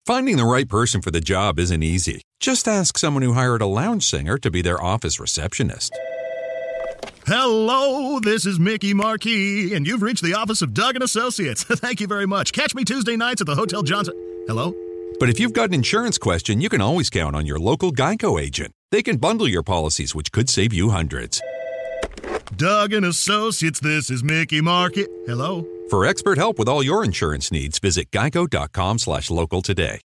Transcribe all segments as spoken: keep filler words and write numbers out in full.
Finding the right person for the job isn't easy. Just ask someone who hired a lounge singer to be their office receptionist. Hello, this is Mickey Marquis, and you've reached the office of Doug and Associates. Thank you very much. Catch me Tuesday nights at the Hotel Johnson. Hello? But if you've got an insurance question, you can always count on your local Geico agent. They can bundle your policies, which could save you hundreds. Doug and Associates, this is Mickey Marquis. Hello? For expert help with all your insurance needs, visit geico.com slash local today.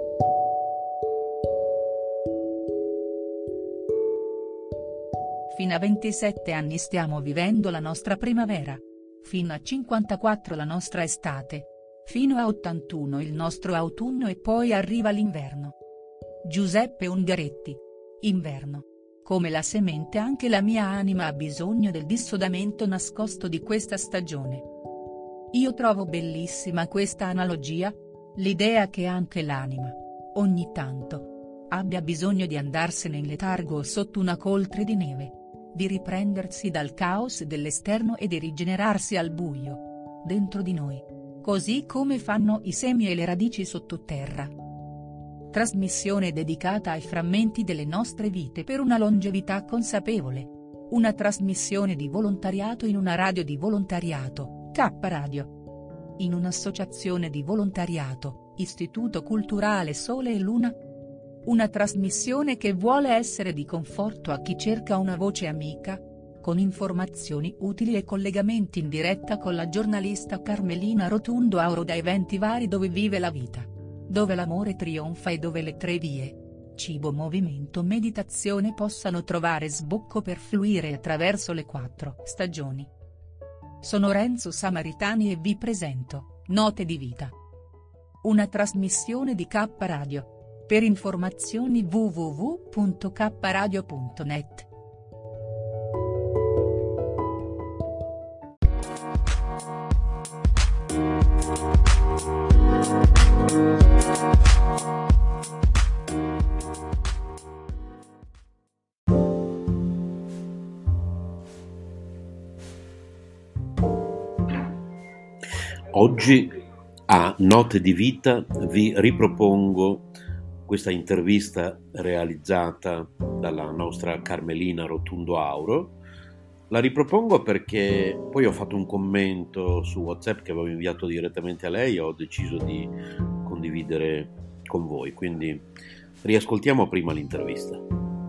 Fino a ventisette anni stiamo vivendo la nostra primavera. Fino a cinquantaquattro la nostra estate. Fino a ottantuno il nostro autunno e poi arriva l'inverno. Giuseppe Ungaretti. Inverno. Come la semente anche la mia anima ha bisogno del dissodamento nascosto di questa stagione. Io trovo bellissima questa analogia, l'idea che anche l'anima, ogni tanto, abbia bisogno di andarsene in letargo sotto una coltre di neve, di riprendersi dal caos dell'esterno e di rigenerarsi al buio, dentro di noi, così come fanno i semi e le radici sottoterra. Trasmissione dedicata ai frammenti delle nostre vite per una longevità consapevole. Una trasmissione di volontariato in una radio di volontariato. K Radio. In un'associazione di volontariato, Istituto Culturale Sole e Luna. Una trasmissione che vuole essere di conforto a chi cerca una voce amica, con informazioni utili e collegamenti in diretta con la giornalista Carmelina Rotundo Auro da eventi vari dove vive la vita, dove l'amore trionfa e dove le tre vie, cibo, movimento, meditazione possano trovare sbocco per fluire attraverso le quattro stagioni. Sono Renzo Samaritani e vi presento Note di Vita. Una trasmissione di K Radio. Per informazioni w w w punto k radio punto net. Oggi a Note di Vita vi ripropongo questa intervista realizzata dalla nostra Carmelina Rotundo Auro. La ripropongo perché poi ho fatto un commento su WhatsApp che avevo inviato direttamente a lei e ho deciso di condividere con voi, quindi riascoltiamo prima l'intervista.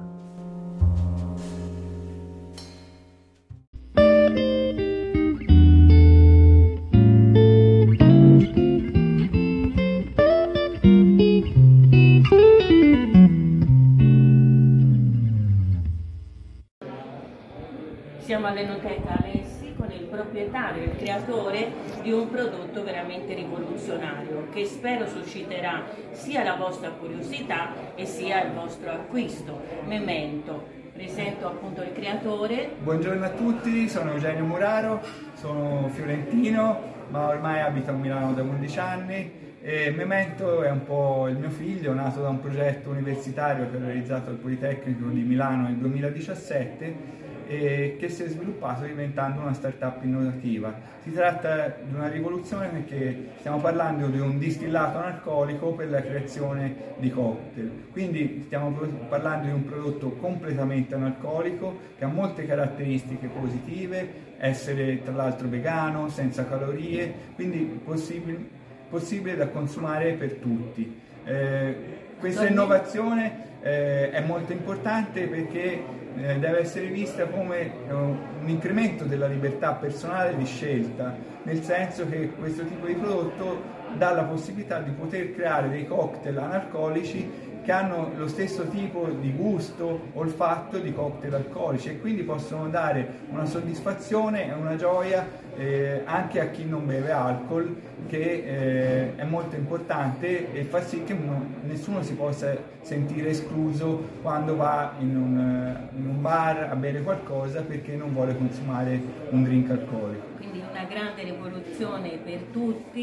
Siamo all'Enoteca Alessi con il proprietario e il creatore di un prodotto veramente rivoluzionario che spero susciterà sia la vostra curiosità e sia il vostro acquisto. Memento, presento appunto il creatore. Buongiorno a tutti, sono Eugenio Muraro, sono fiorentino ma ormai abito a Milano da undici anni e Memento è un po' il mio figlio, nato da un progetto universitario che ho realizzato al Politecnico di Milano nel duemiladiciassette e che si è sviluppato diventando una startup innovativa. Si tratta di una rivoluzione perché stiamo parlando di un distillato analcolico per la creazione di cocktail. Quindi stiamo parlando di un prodotto completamente analcolico che ha molte caratteristiche positive, essere tra l'altro vegano, senza calorie, quindi possibile, possibile da consumare per tutti. Eh, questa innovazione eh, è molto importante perché deve essere vista come un incremento della libertà personale di scelta, nel senso che questo tipo di prodotto dà la possibilità di poter creare dei cocktail analcolici che hanno lo stesso tipo di gusto, olfatto di cocktail alcolici e quindi possono dare una soddisfazione e una gioia eh, anche a chi non beve alcol, che eh, è molto importante e fa sì che uno, nessuno si possa sentire escluso quando va in un, in un bar a bere qualcosa perché non vuole consumare un drink alcolico. Quindi una grande rivoluzione per tutti,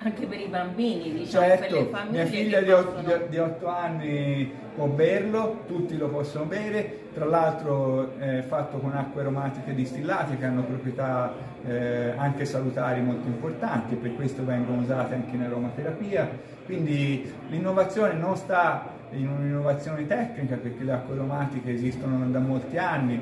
anche per i bambini, diciamo, per certo, le famiglie. Mia figlia che di, possono... di otto anni può berlo, tutti lo possono bere, tra l'altro è fatto con acque aromatiche distillate che hanno proprietà eh, anche salutari molto importanti, e per questo vengono usate anche in aromaterapia. Quindi l'innovazione non sta in un'innovazione tecnica, perché le acque aromatiche esistono da molti anni,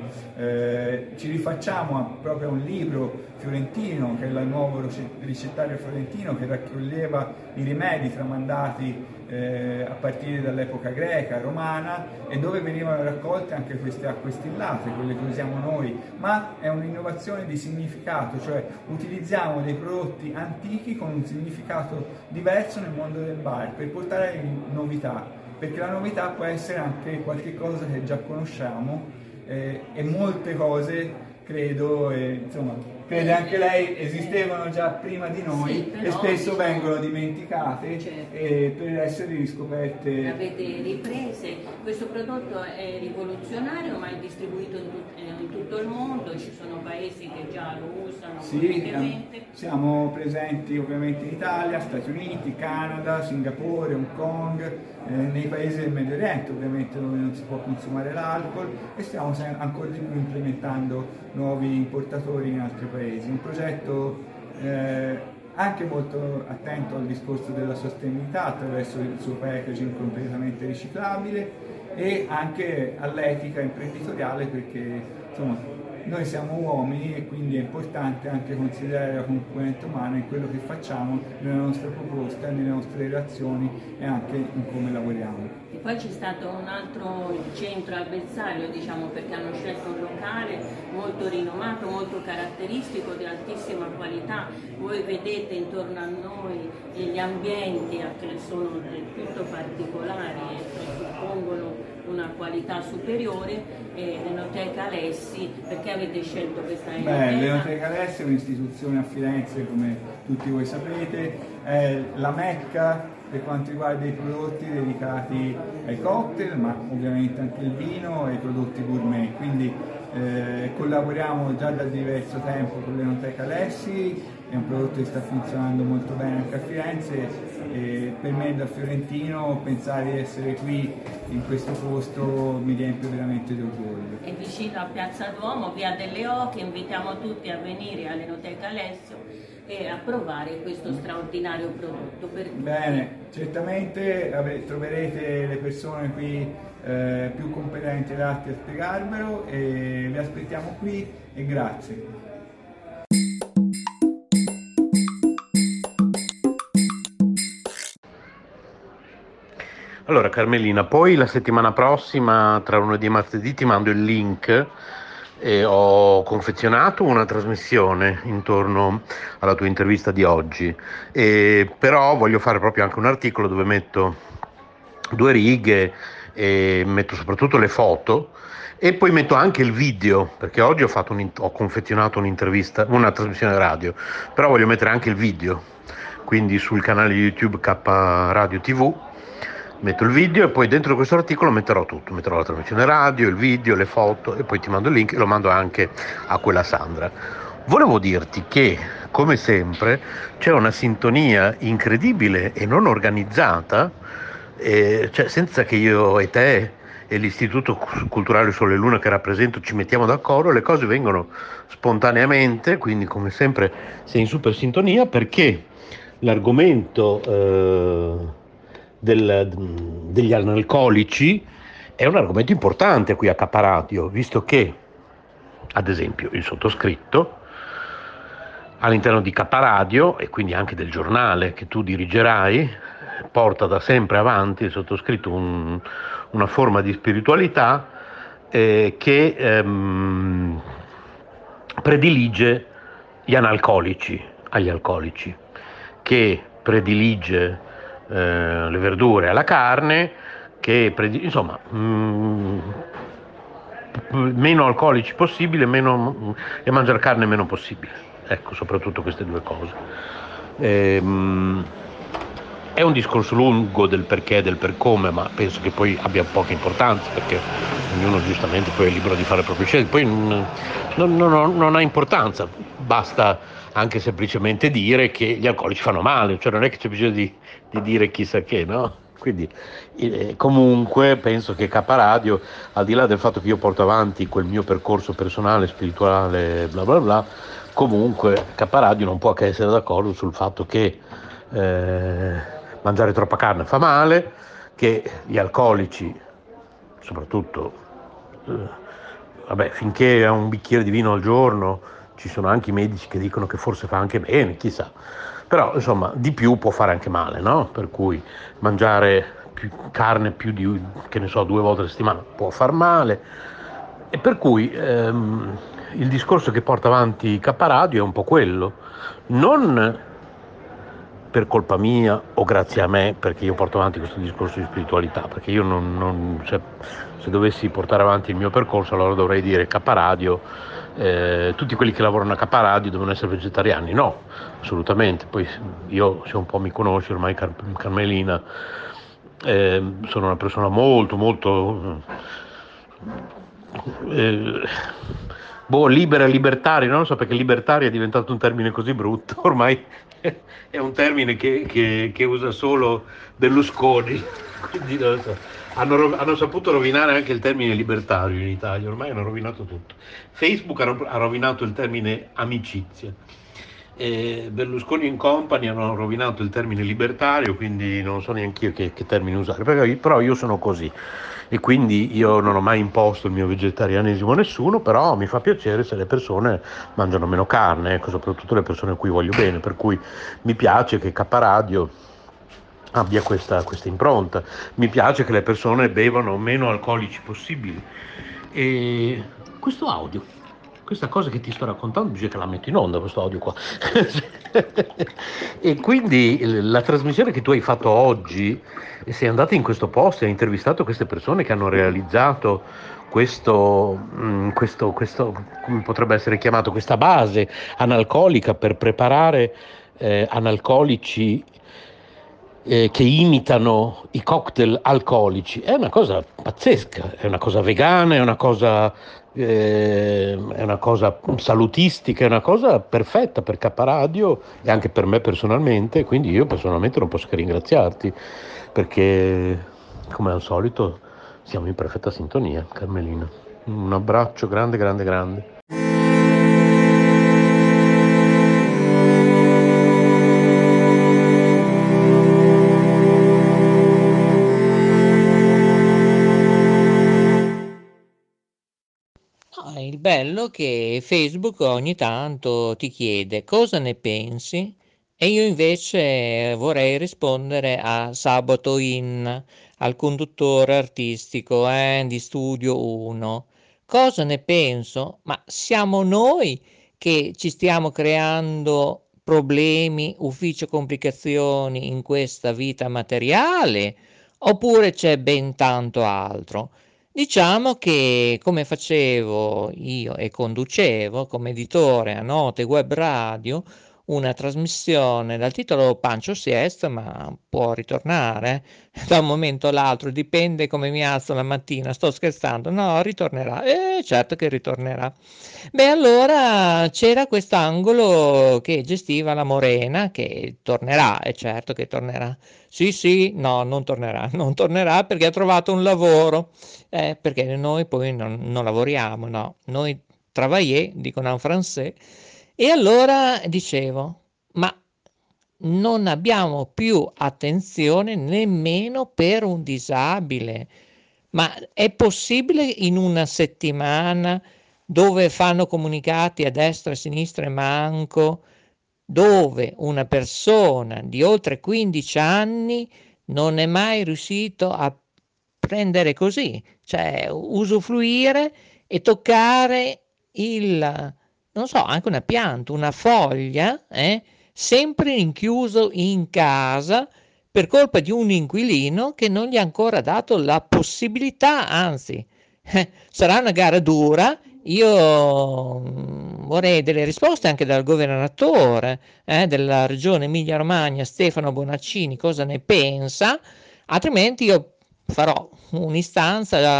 eh, ci rifacciamo a, proprio a un libro fiorentino, che è il nuovo ricettario fiorentino, che raccoglieva i rimedi tramandati eh, a partire dall'epoca greca, romana, e dove venivano raccolte anche queste acque stillate, quelle che usiamo noi, ma è un'innovazione di significato, cioè utilizziamo dei prodotti antichi con un significato diverso nel mondo del bar per portare in novità, perché la novità può essere anche qualche cosa che già conosciamo eh, e molte cose, credo, eh, insomma, crede anche lei, esistevano già prima di noi, sì, però, e spesso diciamo, vengono dimenticate, certo, eh, per essere riscoperte. Avete riprese, questo prodotto è rivoluzionario, ma è distribuito in, tut- in tutto il mondo, ci sono paesi che già lo usano Sì, siamo presenti ovviamente in Italia, Stati Uniti, Canada, Singapore, Hong Kong, eh, nei paesi del Medio Oriente ovviamente dove non si può consumare l'alcol, e stiamo sem- ancora di più implementando nuovi importatori in altri paesi. Un progetto eh, anche molto attento al discorso della sostenibilità attraverso il suo packaging completamente riciclabile, e anche all'etica imprenditoriale, perché insomma noi siamo uomini e quindi è importante anche considerare la componente umana in quello che facciamo, nella nostra proposta, nelle nostre relazioni e anche in come lavoriamo. E poi c'è stato un altro centro a Bezzaglio, diciamo, perché hanno scelto un locale molto rinomato, molto caratteristico, di altissima qualità. Voi vedete intorno a noi gli ambienti che sono del tutto particolari e presuppongono una qualità superiore, e l'Enoteca Alessi, perché avete scelto questa enoteca? Beh, l'Enoteca Alessi è un'istituzione a Firenze, come tutti voi sapete, è la mecca per quanto riguarda i prodotti dedicati ai cocktail, ma ovviamente anche il vino e i prodotti gourmet, quindi eh, collaboriamo già da diverso tempo con l'Enoteca Alessi, è un prodotto che sta funzionando molto bene anche a Firenze, e per me da fiorentino pensare di essere qui in questo posto mi riempie veramente di orgoglio. È vicino a Piazza Duomo, via delle Oche, invitiamo tutti a venire all'Enoteca Alessio e a provare questo straordinario prodotto. Per Bene, certamente ave- troverete le persone qui eh, più competenti ed atti a spiegarvelo, e vi aspettiamo qui e grazie. Allora Carmelina, poi la settimana prossima, tra lunedì e martedì, ti mando il link. E ho confezionato una trasmissione intorno alla tua intervista di oggi, e però voglio fare proprio anche un articolo dove metto due righe e metto soprattutto le foto, e poi metto anche il video, perché oggi ho, fatto un, ho confezionato un'intervista, una trasmissione radio, però voglio mettere anche il video, quindi sul canale YouTube K Radio tivù metto il video, e poi dentro questo articolo metterò tutto, metterò la trasmissione radio, il video, le foto, e poi ti mando il link e lo mando anche a quella Sandra. Volevo dirti che, come sempre, c'è una sintonia incredibile e non organizzata, eh, cioè senza che io e te e l'Istituto Culturale Sole e Luna che rappresento ci mettiamo d'accordo, le cose vengono spontaneamente, quindi come sempre sei in super sintonia, perché l'argomento eh, Del, degli analcolici è un argomento importante qui a K Radio, visto che, ad esempio, il sottoscritto all'interno di K Radio, e quindi anche del giornale che tu dirigerai, porta da sempre avanti il sottoscritto un, una forma di spiritualità eh, che ehm, predilige gli analcolici agli alcolici, che predilige Eh, le verdure alla carne, che insomma mh, meno alcolici possibile, meno, e mangiare carne meno possibile, ecco, soprattutto queste due cose. E, mh, è un discorso lungo del perché e del per come, ma penso che poi abbia poca importanza, perché ognuno giustamente poi è libero di fare le proprie scelte, poi non, non, non, non ha importanza, basta anche semplicemente dire che gli alcolici fanno male, cioè non è che c'è bisogno di, di dire chissà che, no? Quindi eh, comunque penso che K Radio, al di là del fatto che io porto avanti quel mio percorso personale, spirituale, bla bla bla, comunque K Radio non può che essere d'accordo sul fatto che eh, mangiare troppa carne fa male, che gli alcolici, soprattutto, eh, vabbè, finché è un bicchiere di vino al giorno, ci sono anche i medici che dicono che forse fa anche bene, chissà. Però insomma di più può fare anche male, no? Per cui mangiare più carne più di, che ne so, due volte a settimana può far male. E per cui ehm, il discorso che porta avanti K Radio è un po' quello. Non per colpa mia o grazie a me, perché io porto avanti questo discorso di spiritualità, perché io non, non se, se dovessi portare avanti il mio percorso allora dovrei dire K Radio, eh, tutti quelli che lavorano a K Radio devono essere vegetariani. No, assolutamente. Poi io, se un po' mi conosci ormai, Car- Carmelina, eh, sono una persona molto molto eh, boh, libera e libertaria, non lo so perché libertaria è diventato un termine così brutto, ormai è un termine che, che, che usa solo Berlusconi, quindi non lo so. Hanno, hanno saputo rovinare anche il termine libertario in Italia, ormai hanno rovinato tutto. Facebook ha, ha rovinato il termine amicizia, e Berlusconi in company hanno rovinato il termine libertario, quindi non so neanche io che, che termine usare, perché, però io sono così e quindi io non ho mai imposto il mio vegetarianesimo a nessuno, però mi fa piacere se le persone mangiano meno carne, ecco, soprattutto le persone a cui voglio bene, per cui mi piace che K Radio abbia questa, questa impronta, mi piace che le persone bevano meno alcolici possibili. E questo audio, questa cosa che ti sto raccontando, bisogna che la metto in onda, questo audio qua. E quindi la trasmissione che tu hai fatto oggi, sei andata in questo posto e hai intervistato queste persone che hanno realizzato questo, questo, questo, come potrebbe essere chiamato, questa base analcolica per preparare eh, analcolici eh, che imitano i cocktail alcolici. È una cosa pazzesca, è una cosa vegana, è una cosa eh, è una cosa salutistica, è una cosa perfetta per K Radio e anche per me personalmente, quindi io personalmente non posso che ringraziarti, perché come al solito siamo in perfetta sintonia, Carmelina. Un abbraccio grande grande grande. Il bello che Facebook ogni tanto ti chiede cosa ne pensi e io invece vorrei rispondere a Sabato In, al conduttore artistico eh, di Studio uno. Cosa ne penso? Ma siamo noi che ci stiamo creando problemi, ufficio complicazioni in questa vita materiale oppure c'è ben tanto altro? Diciamo che come facevo io e conducevo come editore a Note Web Radio una trasmissione dal titolo Pancio Siesta, ma può ritornare da un momento all'altro, dipende come mi alzo la mattina, sto scherzando, no, ritornerà, eh certo che ritornerà. Beh, allora c'era quest'angolo che gestiva la Morena, che tornerà, è certo che tornerà. Sì, sì, no, non tornerà, non tornerà perché ha trovato un lavoro, eh, perché noi poi non, non lavoriamo, no, noi travailler, dicono en français, e allora dicevo, ma non abbiamo più attenzione nemmeno per un disabile, ma è possibile in una settimana dove fanno comunicati a destra e a sinistra e manco, dove una persona di oltre quindici anni non è mai riuscito a prendere così, cioè usufruire e toccare il, non so, anche una pianta, una foglia, eh, sempre rinchiuso in casa per colpa di un inquilino che non gli ha ancora dato la possibilità, anzi, eh, sarà una gara dura. Io mh, vorrei delle risposte anche dal governatore eh, della regione Emilia-Romagna, Stefano Bonaccini, cosa ne pensa, altrimenti io farò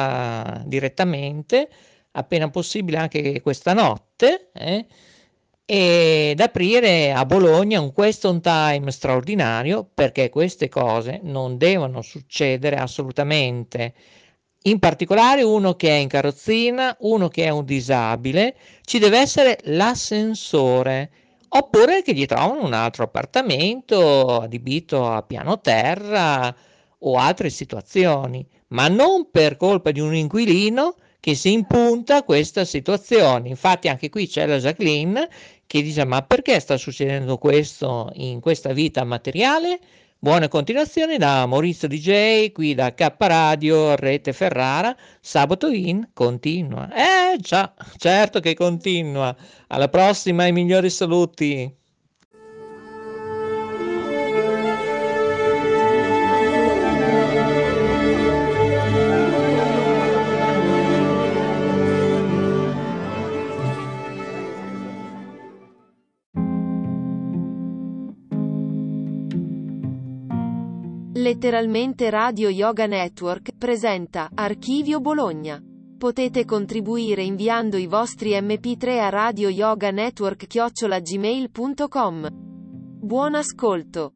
un'istanza uh, direttamente, appena possibile anche questa notte, eh, ed aprire a Bologna un question time straordinario, perché queste cose non devono succedere assolutamente. In particolare uno che è in carrozzina, uno che è un disabile, ci deve essere l'ascensore, oppure che gli trovano un altro appartamento adibito a piano terra o altre situazioni, ma non per colpa di un inquilino che si impunta a questa situazione. Infatti anche qui c'è la Jacqueline che dice: ma perché sta succedendo questo in questa vita materiale? Buona continuazione da Maurizio D J, qui da K Radio Rete Ferrara. Sabato in continua. Eh già, certo che continua. Alla prossima e migliori saluti. Letteralmente Radio Yoga Network presenta Archivio Bologna. Potete contribuire inviando i vostri emme pi tre a radio yoga network chiocciola gmail punto com. Buon ascolto.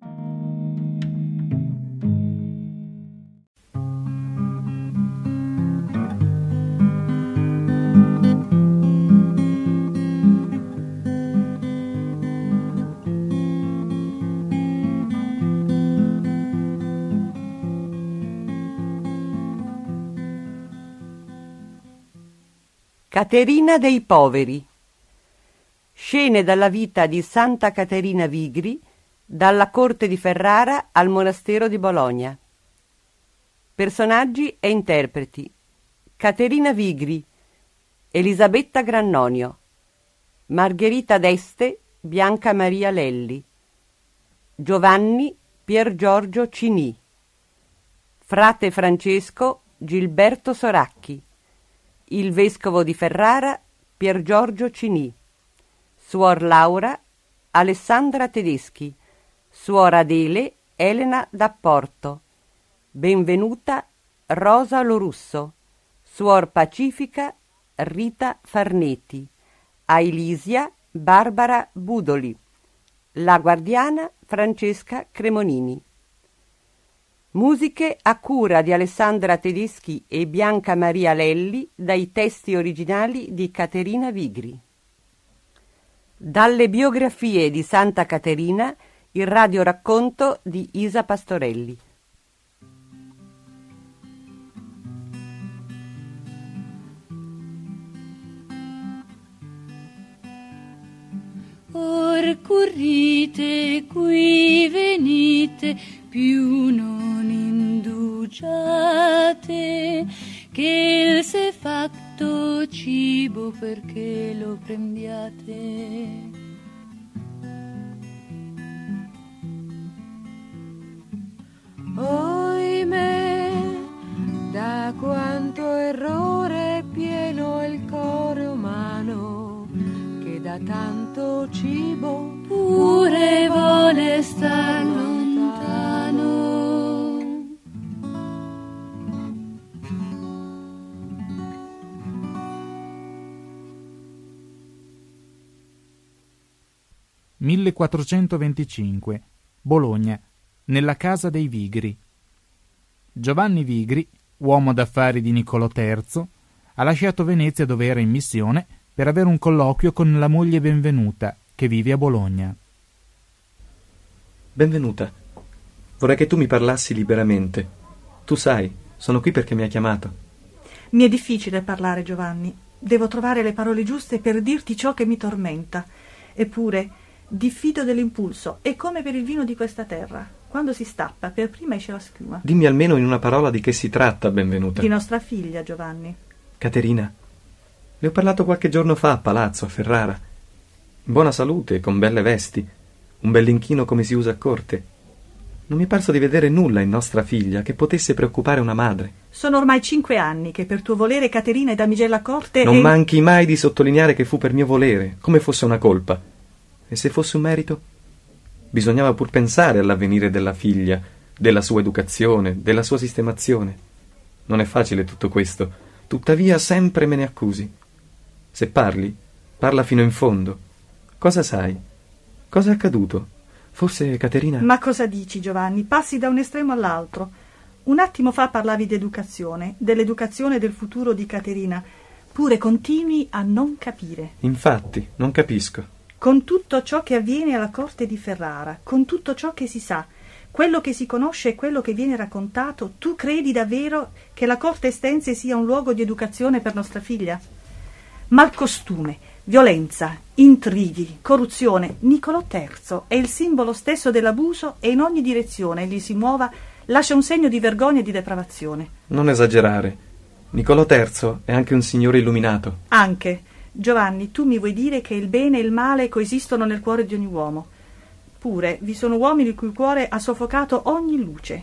Caterina dei poveri. Scene dalla vita di Santa Caterina Vigri, dalla corte di Ferrara al monastero di Bologna. Personaggi e interpreti: Caterina Vigri, Elisabetta Grannonio, Margherita d'Este, Bianca Maria Lelli, Giovanni Pier Giorgio Cinì, frate Francesco Gilberto Soracchi, il vescovo di Ferrara Pier Giorgio Cinì, suor Laura Alessandra Tedeschi, suor Adele Elena D'Apporto, benvenuta Rosa Lorusso, suor Pacifica Rita Farneti, Ailisia Barbara Budoli, la guardiana Francesca Cremonini. Musiche a cura di Alessandra Tedeschi e Bianca Maria Lelli dai testi originali di Caterina Vigri. Dalle biografie di Santa Caterina, il radioracconto di Isa Pastorelli. Or currite qui venite, più non indugiate, che il s'è fatto cibo perché lo prendiate. Oimè, da quanto errore è pieno il cuore umano, che da tanto cibo pure vuole star lontano. millequattrocentoventicinque, Bologna, nella casa dei Vigri. Giovanni Vigri, uomo d'affari di Niccolò terzo, ha lasciato Venezia dove era in missione per avere un colloquio con la moglie Benvenuta, che vive a Bologna. Benvenuta, vorrei che tu mi parlassi liberamente. Tu sai, sono qui perché mi hai chiamato. Mi è difficile parlare, Giovanni. Devo trovare le parole giuste per dirti ciò che mi tormenta. Eppure, diffido dell'impulso, è come per il vino di questa terra. Quando si stappa, per prima esce la schiuma. Dimmi almeno in una parola di che si tratta, Benvenuta. Di nostra figlia, Giovanni. Caterina, le ho parlato qualche giorno fa a palazzo, a Ferrara. In buona salute, con belle vesti, un bell'inchino come si usa a corte. Non mi è parso di vedere nulla in nostra figlia che potesse preoccupare una madre. Sono ormai cinque anni che per tuo volere Caterina è damigella a corte Non e... manchi mai di sottolineare che fu per mio volere, come fosse una colpa. E se fosse un merito? Bisognava pur pensare all'avvenire della figlia, della sua educazione, della sua sistemazione. Non è facile tutto questo, tuttavia sempre me ne accusi. Se parli, parla fino in fondo. Cosa sai? Cosa è accaduto? Forse Caterina... Ma cosa dici, Giovanni? Passi da un estremo all'altro. Un attimo fa parlavi di educazione, dell'educazione del futuro di Caterina. Pure continui a non capire. Infatti, non capisco. Con tutto ciò che avviene alla corte di Ferrara, con tutto ciò che si sa, quello che si conosce e quello che viene raccontato, tu credi davvero che la corte estense sia un luogo di educazione per nostra figlia? Malcostume, violenza, intrighi, corruzione. Nicolò terzo è il simbolo stesso dell'abuso e in ogni direzione gli si muova lascia un segno di vergogna e di depravazione. Non esagerare. Nicolò terzo è anche un signore illuminato. Anche. Giovanni, tu mi vuoi dire che il bene e il male coesistono nel cuore di ogni uomo. Pure vi sono uomini il cui cuore ha soffocato ogni luce.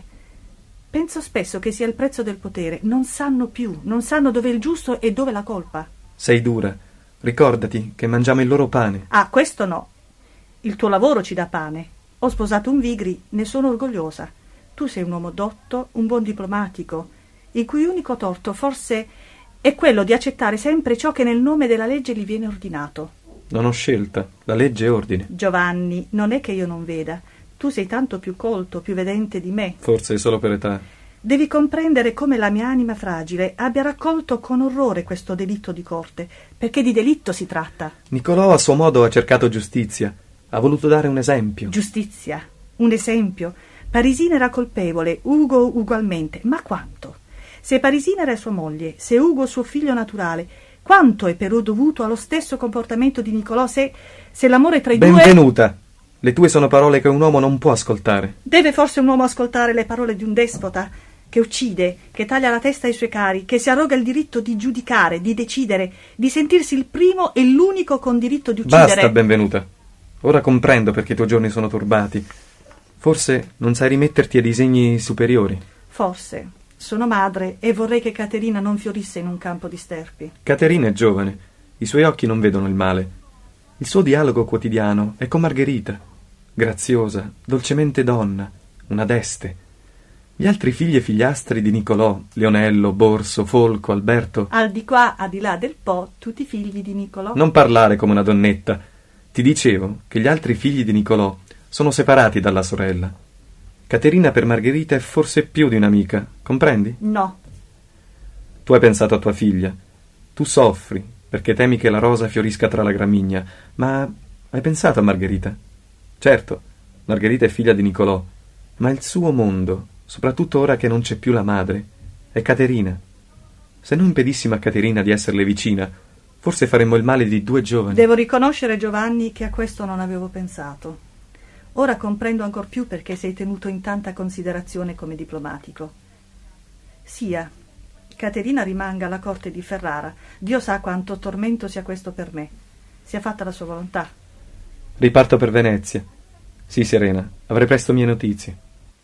Penso spesso che sia il prezzo del potere. Non sanno più, non sanno dove è il giusto e dove la colpa. Sei dura. Ricordati che mangiamo il loro pane. Ah, questo no. Il tuo lavoro ci dà pane. Ho sposato un Vigri, ne sono orgogliosa. Tu sei un uomo dotto, un buon diplomatico, il cui unico torto forse è quello di accettare sempre ciò che nel nome della legge gli viene ordinato. Non ho scelta, la legge è ordine. Giovanni, non è che io non veda. Tu sei tanto più colto, più vedente di me. Forse solo per età. Devi comprendere come la mia anima fragile abbia raccolto con orrore questo delitto di corte, perché di delitto si tratta. Nicolò a suo modo ha cercato giustizia, ha voluto dare un esempio. Giustizia, un esempio. Parisina era colpevole, Ugo ugualmente, ma quanto? Se Parisina era sua moglie, se Ugo suo figlio naturale, quanto è però dovuto allo stesso comportamento di Nicolò se, se l'amore tra i due... Benvenuta! Le tue sono parole che un uomo non può ascoltare. Deve forse un uomo ascoltare le parole di un despota che uccide, che taglia la testa ai suoi cari, che si arroga il diritto di giudicare, di decidere, di sentirsi il primo e l'unico con diritto di uccidere? Basta, Benvenuta. Ora comprendo perché i tuoi giorni sono turbati. Forse non sai rimetterti ai disegni superiori. Forse. Sono madre e vorrei che Caterina non fiorisse in un campo di sterpi. Caterina è giovane. I suoi occhi non vedono il male. Il suo dialogo quotidiano è con Margherita. Graziosa, dolcemente donna, una deste. Gli altri figli e figliastri di Nicolò, Leonello, Borso, Folco, Alberto... Al di qua, al di là del Po, tutti figli di Nicolò. Non parlare come una donnetta. Ti dicevo che gli altri figli di Nicolò sono separati dalla sorella. Caterina per Margherita è forse più di un'amica, comprendi? No. Tu hai pensato a tua figlia. Tu soffri perché temi che la rosa fiorisca tra la gramigna, ma hai pensato a Margherita? Certo, Margherita è figlia di Nicolò, ma il suo mondo, soprattutto ora che non c'è più la madre, è Caterina. Se noi impedissimo a Caterina di esserle vicina, forse faremmo il male di due giovani. Devo riconoscere, Giovanni, che a questo non avevo pensato. Ora comprendo ancor più perché sei tenuto in tanta considerazione come diplomatico. Sia, Caterina rimanga alla corte di Ferrara. Dio sa quanto tormento sia questo per me. Sia fatta la sua volontà. Riparto per Venezia. Sì, Serena, avrai presto mie notizie.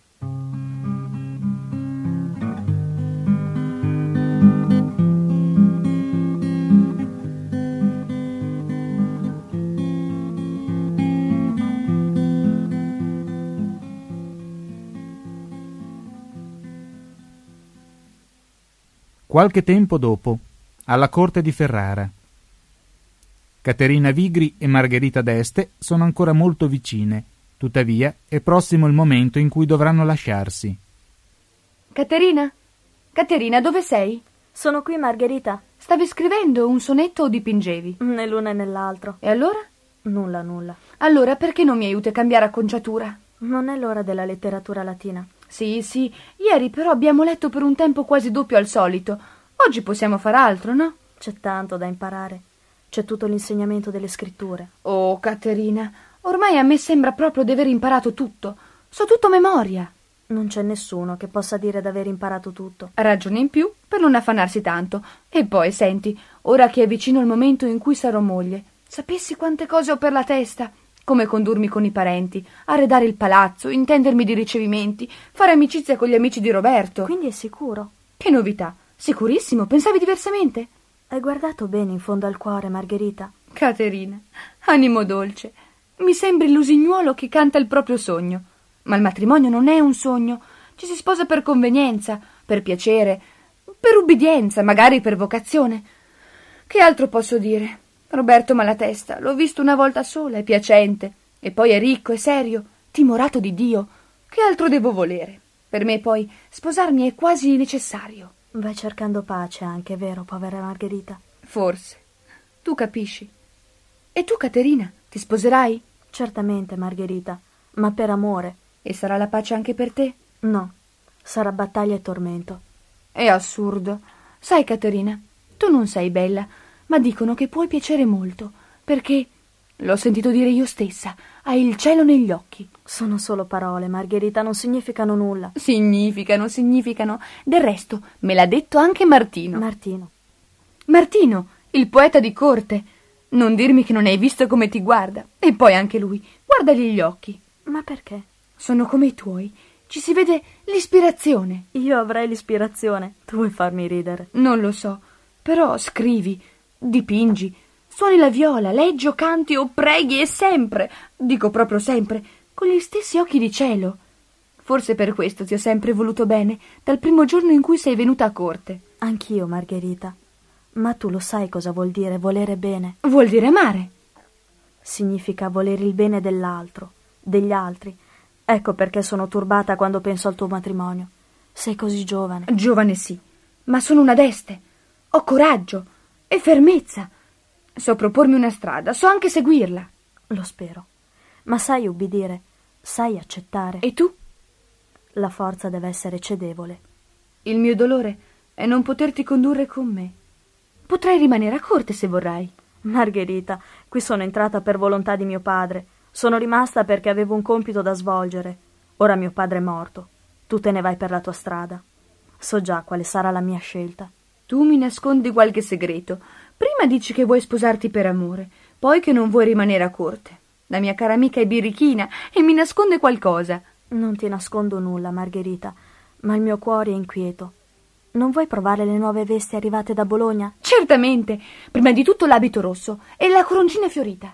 Qualche tempo dopo, alla corte di Ferrara. Caterina Vigri e Margherita d'Este sono ancora molto vicine, tuttavia è prossimo il momento in cui dovranno lasciarsi. Caterina? Caterina, dove sei? Sono qui, Margherita. Stavi scrivendo un sonetto o dipingevi? Né l'una né l'altro. E allora? Nulla, nulla. Allora perché non mi aiuti a cambiare acconciatura? Non è l'ora della letteratura latina. Sì, sì, ieri però abbiamo letto per un tempo quasi doppio al solito. Oggi possiamo far altro, no? C'è tanto da imparare. C'è tutto l'insegnamento delle scritture. Oh, Caterina, ormai a me sembra proprio di aver imparato tutto. So tutto a memoria. Non c'è nessuno che possa dire d'aver imparato tutto. Ragione in più per non affannarsi tanto. E poi, senti, ora che è vicino il momento in cui sarò moglie, sapessi quante cose ho per la testa. Come condurmi con i parenti, arredare il palazzo, intendermi di ricevimenti, fare amicizia con gli amici di Roberto. Quindi è sicuro? Che novità! Sicurissimo, pensavi diversamente? Hai guardato bene in fondo al cuore, Margherita? Caterina, animo dolce, mi sembri l'usignuolo che canta il proprio sogno. Ma il matrimonio non è un sogno, ci si sposa per convenienza, per piacere, per ubbidienza, magari per vocazione. Che altro posso dire? Roberto Malatesta, l'ho visto una volta sola, è piacente, e poi è ricco, è serio, timorato di Dio. Che altro devo volere? Per me poi sposarmi è quasi necessario. Vai cercando pace anche, vero, povera Margherita? Forse. Tu capisci. E tu, Caterina, ti sposerai? Certamente, Margherita, ma per amore. E sarà la pace anche per te? No, sarà battaglia e tormento. È assurdo. Sai, Caterina, tu non sei bella, ma dicono che puoi piacere molto, perché, l'ho sentito dire io stessa, hai il cielo negli occhi. Sono solo parole, Margherita, non significano nulla. Significano, significano. Del resto, me l'ha detto anche Martino. Martino. Martino, il poeta di corte. Non dirmi che non hai visto come ti guarda. E poi anche lui. Guardagli gli occhi. Ma perché? Sono come i tuoi. Ci si vede l'ispirazione. Io avrei l'ispirazione. Tu vuoi farmi ridere? Non lo so. Però scrivi, dipingi, suoni la viola, leggi o canti o preghi e sempre, dico proprio sempre, con gli stessi occhi di cielo. Forse per questo ti ho sempre voluto bene, dal primo giorno in cui sei venuta a corte. Anch'io, Margherita. Ma tu lo sai cosa vuol dire volere bene? Vuol dire amare. Significa volere il bene dell'altro, degli altri. Ecco perché sono turbata quando penso al tuo matrimonio. Sei così giovane. Giovane sì, ma sono una deste. Ho coraggio e fermezza. So propormi una strada, so anche seguirla. Lo spero. Ma sai ubbidire, sai accettare. E tu? La forza deve essere cedevole. Il mio dolore è non poterti condurre con me. Potrai rimanere a corte se vorrai. Margherita, qui sono entrata per volontà di mio padre. Sono rimasta perché avevo un compito da svolgere. Ora mio padre è morto. Tu te ne vai per la tua strada. So già quale sarà la mia scelta. Tu mi nascondi qualche segreto. Prima dici che vuoi sposarti per amore, poi che non vuoi rimanere a corte. La mia cara amica è birichina e mi nasconde qualcosa. Non ti nascondo nulla, Margherita, ma il mio cuore è inquieto. Non vuoi provare le nuove vesti arrivate da Bologna? Certamente. Prima di tutto l'abito rosso e la coroncina fiorita.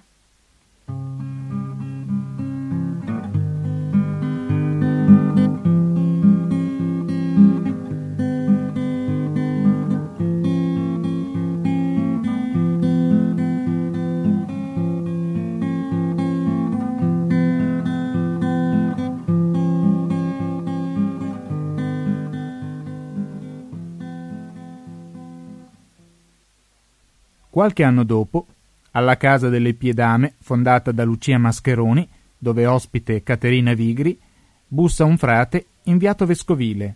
Qualche anno dopo, alla casa delle Piedame, fondata da Lucia Mascheroni, dove ospite Caterina Vigri, bussa un frate inviato vescovile.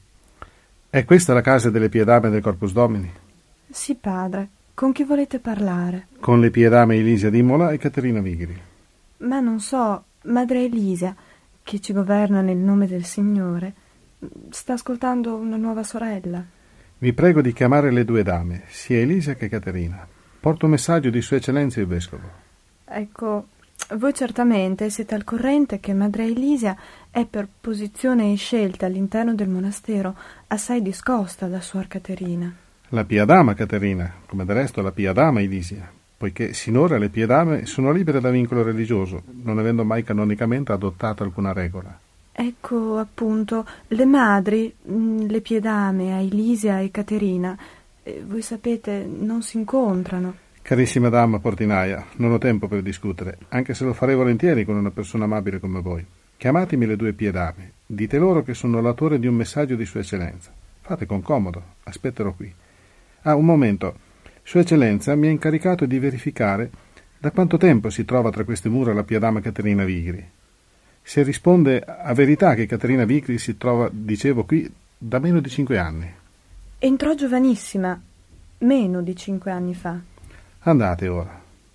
È questa la casa delle Piedame del Corpus Domini? Sì, padre. Con chi volete parlare? Con le Piedame Elisia d'Imola e Caterina Vigri. Ma non so, madre Elisia, che ci governa nel nome del Signore, sta ascoltando una nuova sorella. Vi prego di chiamare le due dame, sia Elisia che Caterina. Porto un messaggio di Sua Eccellenza il Vescovo. Ecco, voi certamente siete al corrente che madre Elisia è per posizione e scelta all'interno del monastero assai discosta da suor Caterina. La Pia Dama Caterina, come del resto la Pia Dama Elisia, poiché sinora le Pie Dame sono libere da vincolo religioso, non avendo mai canonicamente adottato alcuna regola. Ecco, appunto, le madri, le Pie Dame, Elisia e Caterina, voi sapete, non si incontrano. Carissima dama portinaia, non ho tempo per discutere, anche se lo farei volentieri con una persona amabile come voi. Chiamatemi le due Pie Dame, dite loro che sono l'autore di un messaggio di Sua Eccellenza. Fate con comodo, aspetterò qui. Ah, un momento. Sua Eccellenza mi ha incaricato di verificare da quanto tempo si trova tra queste mura la Pia Dama Caterina Vigri. Se risponde a verità che Caterina Vigri si trova, dicevo, qui da meno di cinque anni. Entrò giovanissima, meno di cinque anni fa. Andate ora.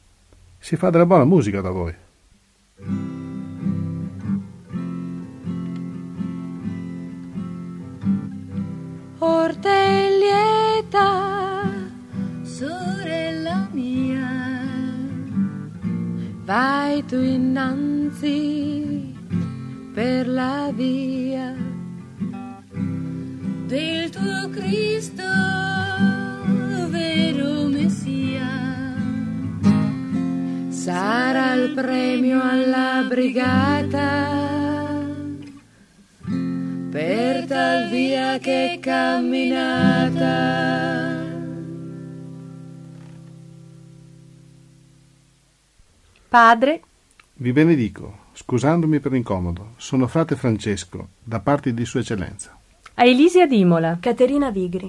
Si fa della buona musica da voi. Orteglietta, sorella mia, vai tu innanzi per la via del tuo Cristo, vero Messia. Sarà il premio alla brigata per tal via che camminata. Padre, vi benedico, scusandomi per l'incomodo. Sono frate Francesco, da parte di Sua Eccellenza. A Elisia d'Imola. Caterina Vigri.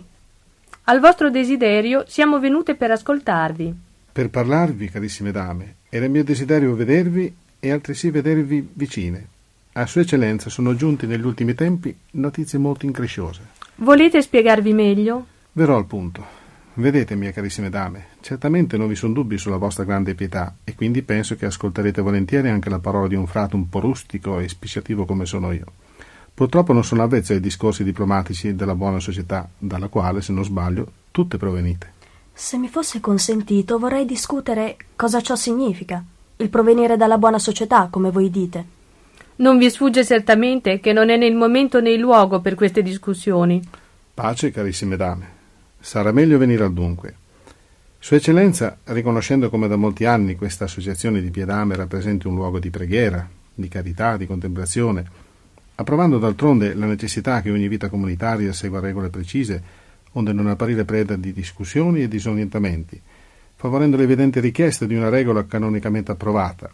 Al vostro desiderio siamo venute per ascoltarvi. Per parlarvi, carissime dame, era mio desiderio vedervi e altresì vedervi vicine. A Sua Eccellenza sono giunti negli ultimi tempi notizie molto incresciose. Volete spiegarvi meglio? Verrò al punto. Vedete, mie carissime dame, certamente non vi sono dubbi sulla vostra grande pietà e quindi penso che ascolterete volentieri anche la parola di un frate un po' rustico e spicciativo come sono io. Purtroppo non sono avvezzo ai discorsi diplomatici della buona società, dalla quale, se non sbaglio, tutte provenite. Se mi fosse consentito, vorrei discutere cosa ciò significa, il provenire dalla buona società, come voi dite. Non vi sfugge certamente che non è né il momento né il luogo per queste discussioni. Pace, carissime dame. Sarà meglio venire al dunque. Sua Eccellenza, riconoscendo come da molti anni questa associazione di Piedame rappresenti un luogo di preghiera, di carità, di contemplazione, approvando d'altronde la necessità che ogni vita comunitaria segua regole precise, onde non apparire preda di discussioni e disorientamenti, favorendo l'evidente richiesta di una regola canonicamente approvata,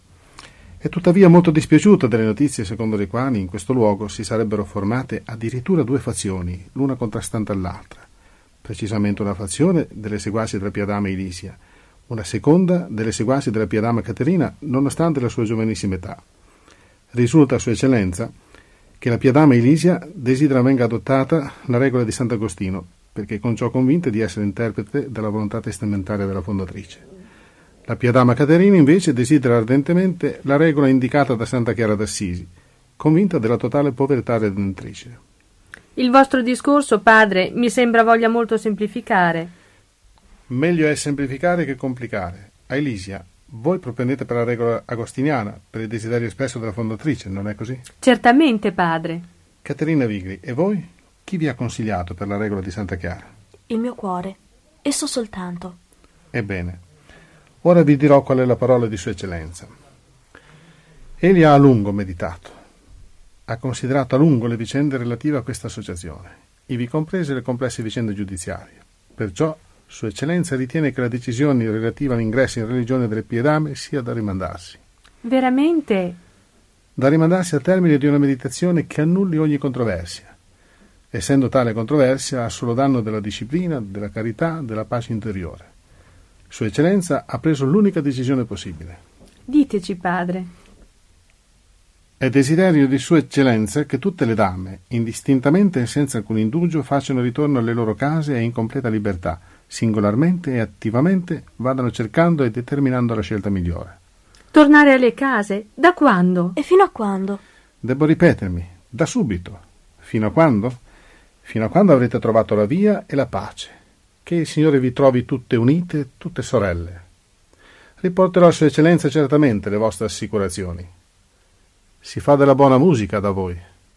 è tuttavia molto dispiaciuta delle notizie secondo le quali in questo luogo si sarebbero formate addirittura due fazioni, l'una contrastante all'altra. Precisamente una fazione delle seguaci della Piedama Elisia, una seconda delle seguaci della Piedama Caterina, nonostante la sua giovanissima età. Risulta a Sua Eccellenza che la Piedama Elisia desidera venga adottata la regola di Sant'Agostino, perché con ciò convinta di essere interprete della volontà testamentaria della fondatrice. La Piedama Caterina invece desidera ardentemente la regola indicata da Santa Chiara d'Assisi, convinta della totale povertà redentrice. Il vostro discorso, padre, mi sembra voglia molto semplificare. Meglio è semplificare che complicare. A Elisia, voi propendete per la regola agostiniana, per il desiderio espresso dalla fondatrice, non è così? Certamente, padre. Caterina Vigri, e voi? Chi vi ha consigliato per la regola di Santa Chiara? Il mio cuore, esso soltanto. Ebbene, ora vi dirò qual è la parola di Sua Eccellenza. Egli ha a lungo meditato. Ha considerato a lungo le vicende relative a questa associazione, ivi comprese le complesse vicende giudiziarie. Perciò Sua Eccellenza ritiene che la decisione relativa all'ingresso in religione delle Piedame sia da rimandarsi. Veramente? Da rimandarsi al termine di una meditazione che annulli ogni controversia, essendo tale controversia a solo danno della disciplina, della carità, della pace interiore. Sua Eccellenza ha preso l'unica decisione possibile. Diteci, padre. È desiderio di Sua Eccellenza che tutte le dame, indistintamente e senza alcun indugio, facciano ritorno alle loro case e in completa libertà, singolarmente e attivamente vadano cercando e determinando la scelta migliore. Tornare alle case? Da quando? E fino a quando? Devo ripetermi, da subito. Fino a quando? Fino a quando avrete trovato la via e la pace. Che il Signore vi trovi tutte unite, tutte sorelle. Riporterò a Sua Eccellenza certamente le vostre assicurazioni. Si fa della buona musica da voi.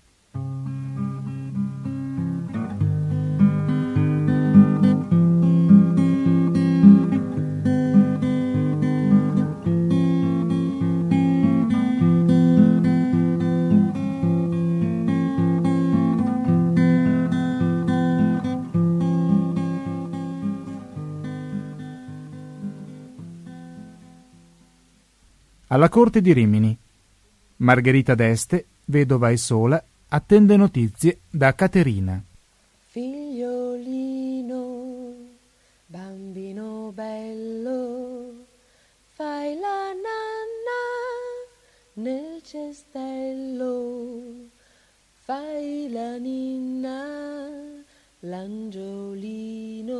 Alla corte di Rimini. Margherita d'Este, vedova e sola, attende notizie da Caterina. Figliolino, bambino bello, fai la nanna nel cestello, fai la ninna, l'angiolino,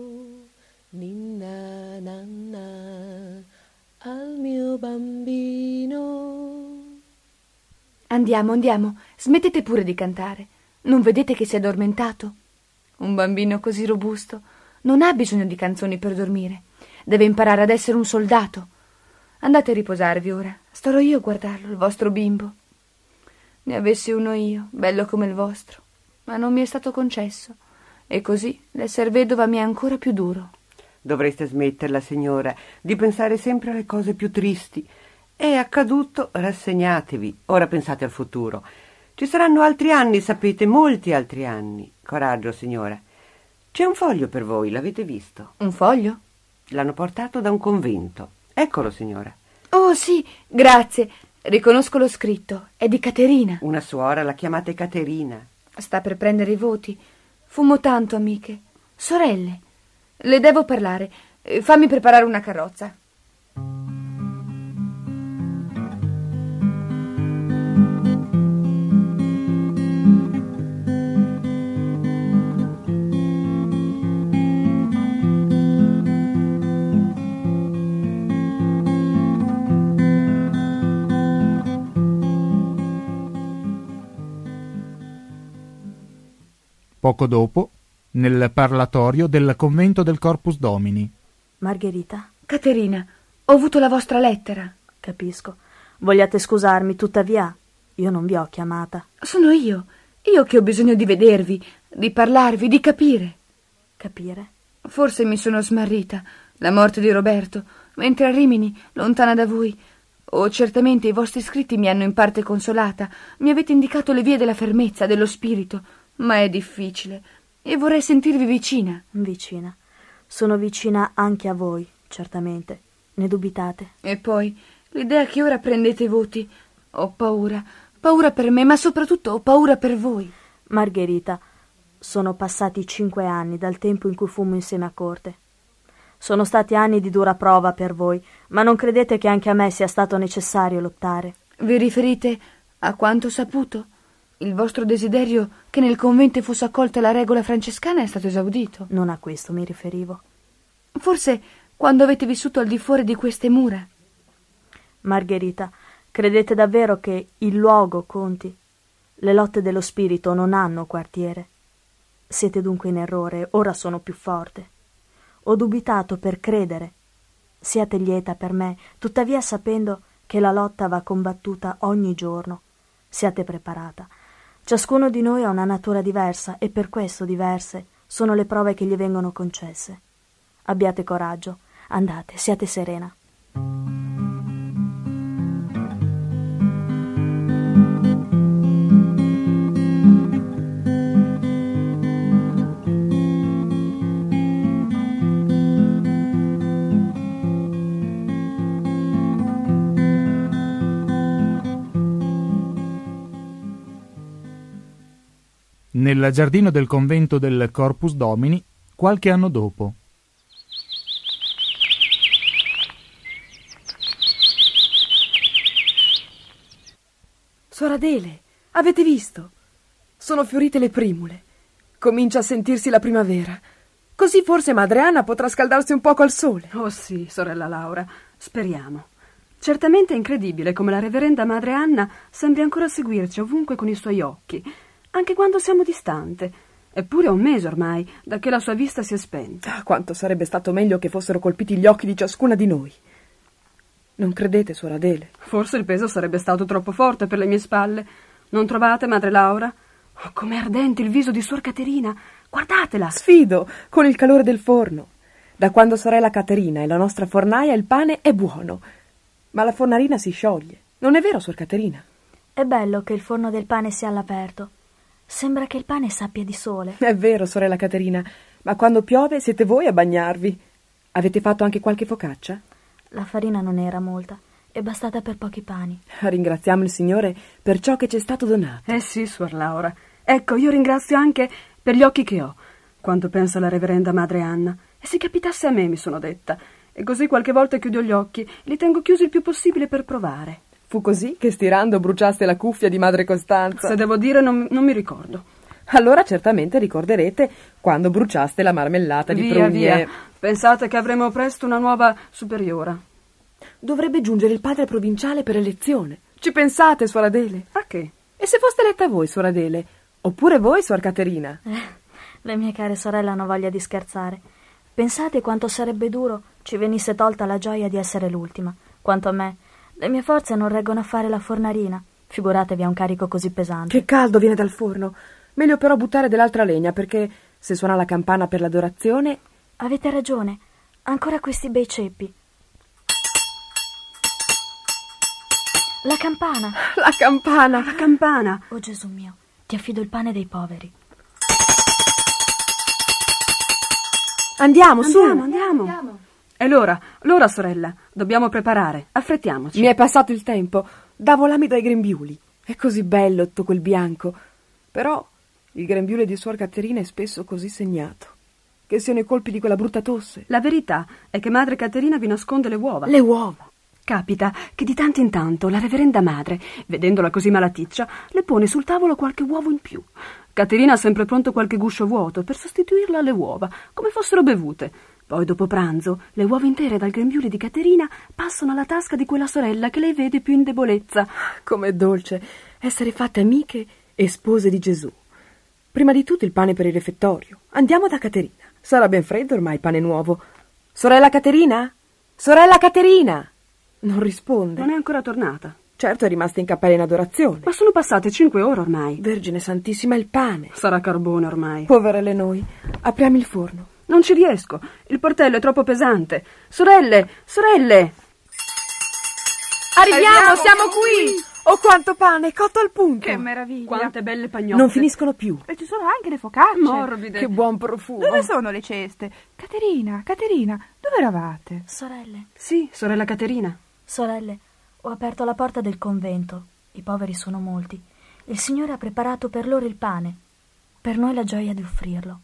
ninna nanna, al mio bambino. Andiamo, andiamo, smettete pure di cantare. Non vedete che si è addormentato? Un bambino così robusto non ha bisogno di canzoni per dormire. Deve imparare ad essere un soldato. Andate a riposarvi ora. Starò io a guardarlo, il vostro bimbo. Ne avessi uno io, bello come il vostro, ma non mi è stato concesso. E così l'esser vedova mi è ancora più duro. Dovreste smetterla, signora, di pensare sempre alle cose più tristi. È accaduto, rassegnatevi. Ora pensate al futuro. Ci saranno altri anni, sapete, molti altri anni. Coraggio, signora. C'è un foglio per voi, l'avete visto? Un foglio? L'hanno portato da un convento. Eccolo, signora. Oh sì, grazie. Riconosco lo scritto. È di Caterina. Una suora, la chiamate Caterina. Sta per prendere i voti. Fumo tanto, amiche. Sorelle. Le devo parlare. Fammi preparare una carrozza. Poco dopo, nel parlatorio del convento del Corpus Domini. Margherita? Caterina, ho avuto la vostra lettera. Capisco. Vogliate scusarmi, tuttavia io non vi ho chiamata. Sono io. Io che ho bisogno di vedervi, di parlarvi, di capire. Capire? Forse mi sono smarrita. La morte di Roberto, mentre a Rimini, lontana da voi. Oh, certamente i vostri scritti mi hanno in parte consolata. Mi avete indicato le vie della fermezza, dello spirito. Ma è difficile e vorrei sentirvi vicina. Vicina. Sono vicina anche a voi, certamente. Ne dubitate? E poi, l'idea che ora prendete voti. Ho paura. Paura per me, ma soprattutto ho paura per voi. Margherita, sono passati cinque anni dal tempo in cui fummo insieme a corte. Sono stati anni di dura prova per voi, ma non credete che anche a me sia stato necessario lottare? Vi riferite a quanto saputo? Il vostro desiderio che nel convento fosse accolta la regola francescana è stato esaudito. Non a questo mi riferivo. Forse quando avete vissuto al di fuori di queste mura. Margherita, credete davvero che il luogo conti? Le lotte dello spirito non hanno quartiere. Siete dunque in errore, ora sono più forte. Ho dubitato per credere. Siate lieta per me, tuttavia sapendo che la lotta va combattuta ogni giorno. Siate preparata. Ciascuno di noi ha una natura diversa e per questo diverse sono le prove che gli vengono concesse. Abbiate coraggio, andate, siate serena. Nel giardino del convento del Corpus Domini, qualche anno dopo. Suor Adele, avete visto? Sono fiorite le primule. Comincia a sentirsi la primavera. Così forse madre Anna potrà scaldarsi un poco al sole. Oh sì, sorella Laura, speriamo. Certamente è incredibile come la reverenda madre Anna sembri ancora seguirci ovunque con i suoi occhi, anche quando siamo distante. Eppure è un mese ormai, da che la sua vista si è spenta. Ah, quanto sarebbe stato meglio che fossero colpiti gli occhi di ciascuna di noi. Non credete, suor Adele? Forse il peso sarebbe stato troppo forte per le mie spalle. Non trovate, madre Laura? Oh, com'è ardente il viso di suor Caterina! Guardatela! Sfido, con il calore del forno. Da quando sorella Caterina è la nostra fornaia, il pane è buono. Ma la fornarina si scioglie. Non è vero, suor Caterina? È bello che il forno del pane sia all'aperto. Sembra che il pane sappia di sole. È vero, sorella Caterina, ma quando piove siete voi a bagnarvi. Avete fatto anche qualche focaccia? La farina non era molta, è bastata per pochi pani. Ringraziamo il Signore per ciò che ci è stato donato. Eh sì, suor Laura. Ecco, io ringrazio anche per gli occhi che ho, quando penso alla reverenda madre Anna. E se capitasse a me, mi sono detta. E così qualche volta chiudo gli occhi, li tengo chiusi il più possibile per provare. Fu così che stirando bruciaste la cuffia di madre Costanza? Se devo dire, non, non mi ricordo. Allora certamente ricorderete quando bruciaste la marmellata di via, prugne. Via. Pensate che avremo presto una nuova superiora. Dovrebbe giungere il padre provinciale per elezione. Ci pensate, suor Adele? A che? E se foste eletta voi, suor Adele? Oppure voi, suor Caterina? Eh, le mie care sorelle hanno voglia di scherzare. Pensate quanto sarebbe duro ci venisse tolta la gioia di essere l'ultima. Quanto a me, le mie forze non reggono a fare la fornarina. Figuratevi a un carico così pesante. Che caldo viene dal forno. Meglio però buttare dell'altra legna, perché se suona la campana per l'adorazione... Avete ragione. Ancora questi bei ceppi. La campana. La campana. La campana. Oh Gesù mio, ti affido il pane dei poveri. Andiamo, su. Andiamo, andiamo. andiamo. È l'ora, l'ora, sorella. Dobbiamo preparare. Affrettiamoci. Mi è passato il tempo. Davo l'amido ai grembiuli. È così bello tutto quel bianco. Però il grembiule di suor Caterina è spesso così segnato. Che siano i colpi di quella brutta tosse. La verità è che madre Caterina vi nasconde le uova. Le uova? Capita che di tanto in tanto la reverenda madre, vedendola così malaticcia, le pone sul tavolo qualche uovo in più. Caterina ha sempre pronto qualche guscio vuoto per sostituirlo alle uova, come fossero bevute. Poi, dopo pranzo, le uova intere dal grembiule di Caterina passano alla tasca di quella sorella che lei vede più in debolezza. Com'è dolce essere fatte amiche e spose di Gesù. Prima di tutto il pane per il refettorio. Andiamo da Caterina. Sarà ben freddo ormai il pane nuovo. Sorella Caterina? Sorella Caterina! Non risponde. Non è ancora tornata. Certo, è rimasta in cappella in adorazione. Ma sono passate cinque ore ormai. Vergine Santissima, il pane. Sarà carbone ormai. Poverelle noi. Apriamo il forno. Non ci riesco. Il portello è troppo pesante. Sorelle, sorelle! Arriviamo, Arriviamo siamo qui! qui! Oh, quanto pane, cotto al punto! Che meraviglia! Quante belle pagnotte! Non finiscono più. E ci sono anche le focacce. Morbide. Che buon profumo! Dove sono le ceste? Caterina, Caterina, dove eravate? Sorelle. Sì, sorella Caterina. Sorelle, ho aperto la porta del convento. I poveri sono molti. Il Signore ha preparato per loro il pane. Per noi la gioia di offrirlo.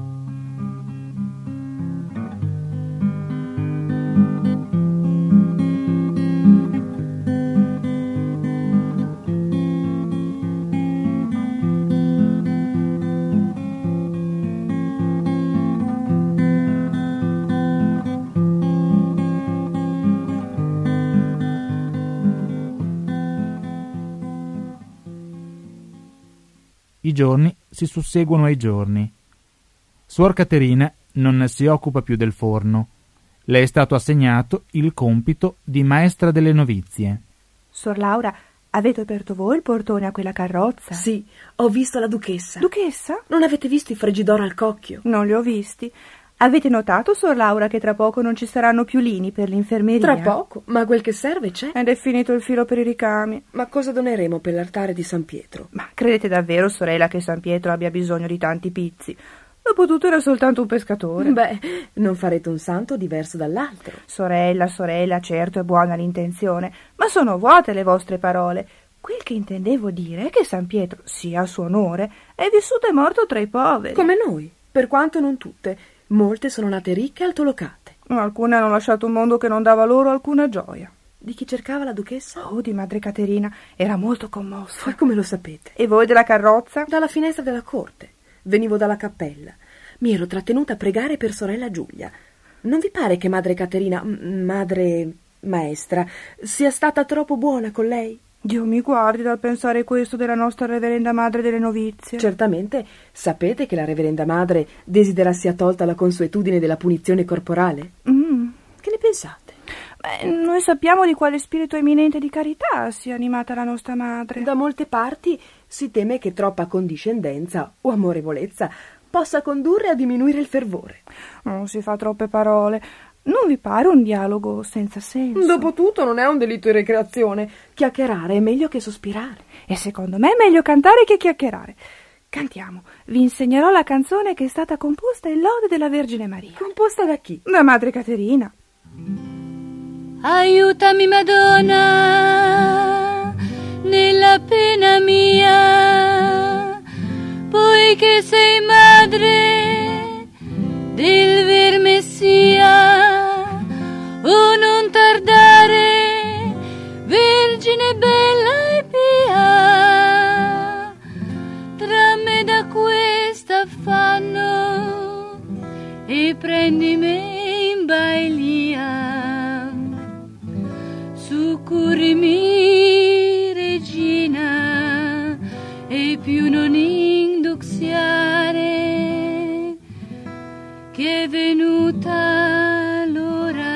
I giorni si susseguono ai giorni. Suor Caterina non si occupa più del forno. Le è stato assegnato il compito di maestra delle novizie. Suor Laura, avete aperto voi il portone a quella carrozza? Sì, ho visto la duchessa. Duchessa? Non avete visto i frigidora al cocchio? Non li ho visti. Avete notato, Suor Laura, che tra poco non ci saranno più lini per l'infermeria? Tra poco? Ma quel che serve c'è. Ed è finito il filo per i ricami. Ma cosa doneremo per l'altare di San Pietro? Ma credete davvero, sorella, che San Pietro abbia bisogno di tanti pizzi? Dopotutto era soltanto un pescatore. Beh, non farete un santo diverso dall'altro. Sorella, sorella, certo è buona l'intenzione, ma sono vuote le vostre parole. Quel che intendevo dire è che San Pietro, sia a suo onore, è vissuto e morto tra i poveri. Come noi, per quanto non tutte. Molte sono nate ricche e altolocate. Alcune hanno lasciato un mondo che non dava loro alcuna gioia. Di chi cercava la duchessa? Oh, di madre Caterina. Era molto commossa. Ma come lo sapete? E voi della carrozza? Dalla finestra della corte. Venivo dalla cappella. Mi ero trattenuta a pregare per sorella Giulia. Non vi pare che madre Caterina, m- madre maestra, sia stata troppo buona con lei? Dio mi guardi dal pensare questo della nostra reverenda madre delle novizie. Certamente sapete che la reverenda madre desidera sia tolta la consuetudine della punizione corporale? Mm. Che ne pensate? Beh, noi sappiamo di quale spirito eminente di carità sia animata la nostra madre. Da molte parti si teme che troppa condiscendenza o amorevolezza possa condurre a diminuire il fervore. Non si fa troppe parole. Non vi pare un dialogo senza senso? Dopotutto non è un delitto di ricreazione. Chiacchierare è meglio che sospirare. E secondo me è meglio cantare che chiacchierare. Cantiamo. Vi insegnerò la canzone che è stata composta in lode della Vergine Maria. Composta da chi? Da madre Caterina. Aiutami, Madonna, nella pena mia, poiché sei madre del ver Messia. Oh, non tardare, Vergine bella e pia, trammi da questo affanno e prendimi in balia. Succurrimi, Regina, e più non induziare, che è venuta l'ora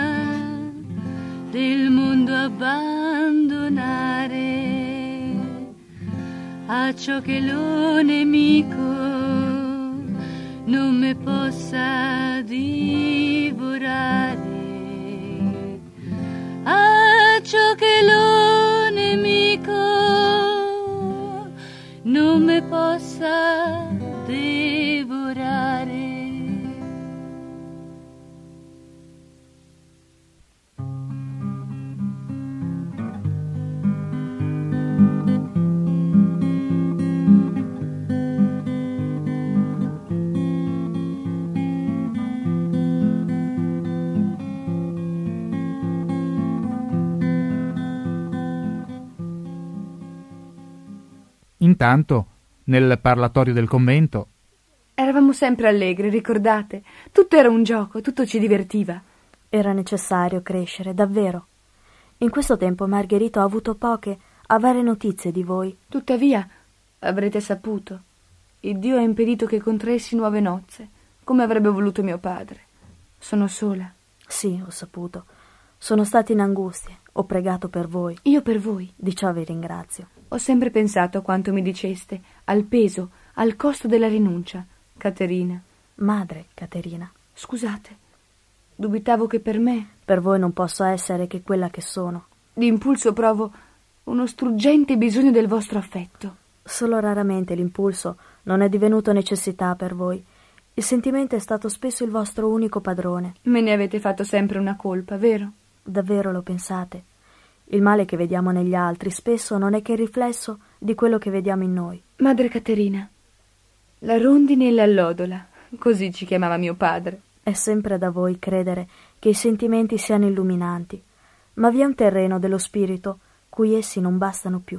del mondo abbandonare a ciò che lo nemico non me possa divorare, a ciò che lo nemico non me possa divorare. Intanto, nel parlatorio del convento, eravamo sempre allegri, ricordate? Tutto era un gioco, tutto ci divertiva. Era necessario crescere, davvero. In questo tempo Margherita ha avuto poche, avere notizie di voi. Tuttavia, avrete saputo, il Dio ha impedito che contraessi nuove nozze, come avrebbe voluto mio padre. Sono sola. Sì, ho saputo. Sono stata in angustie. Ho pregato per voi. Io per voi. Di ciò vi ringrazio. Ho sempre pensato a quanto mi diceste, al peso, al costo della rinuncia. Caterina. Madre Caterina. Scusate. Dubitavo che per me... Per voi non posso essere che quella che sono. D'impulso provo uno struggente bisogno del vostro affetto. Solo raramente l'impulso non è divenuto necessità per voi. Il sentimento è stato spesso il vostro unico padrone. Me ne avete fatto sempre una colpa, vero? Davvero lo pensate? Il male che vediamo negli altri spesso non è che il riflesso di quello che vediamo in noi. Madre Caterina, la rondine e l'allodola, così ci chiamava mio padre. È sempre da voi credere che i sentimenti siano illuminanti, ma vi è un terreno dello spirito cui essi non bastano più.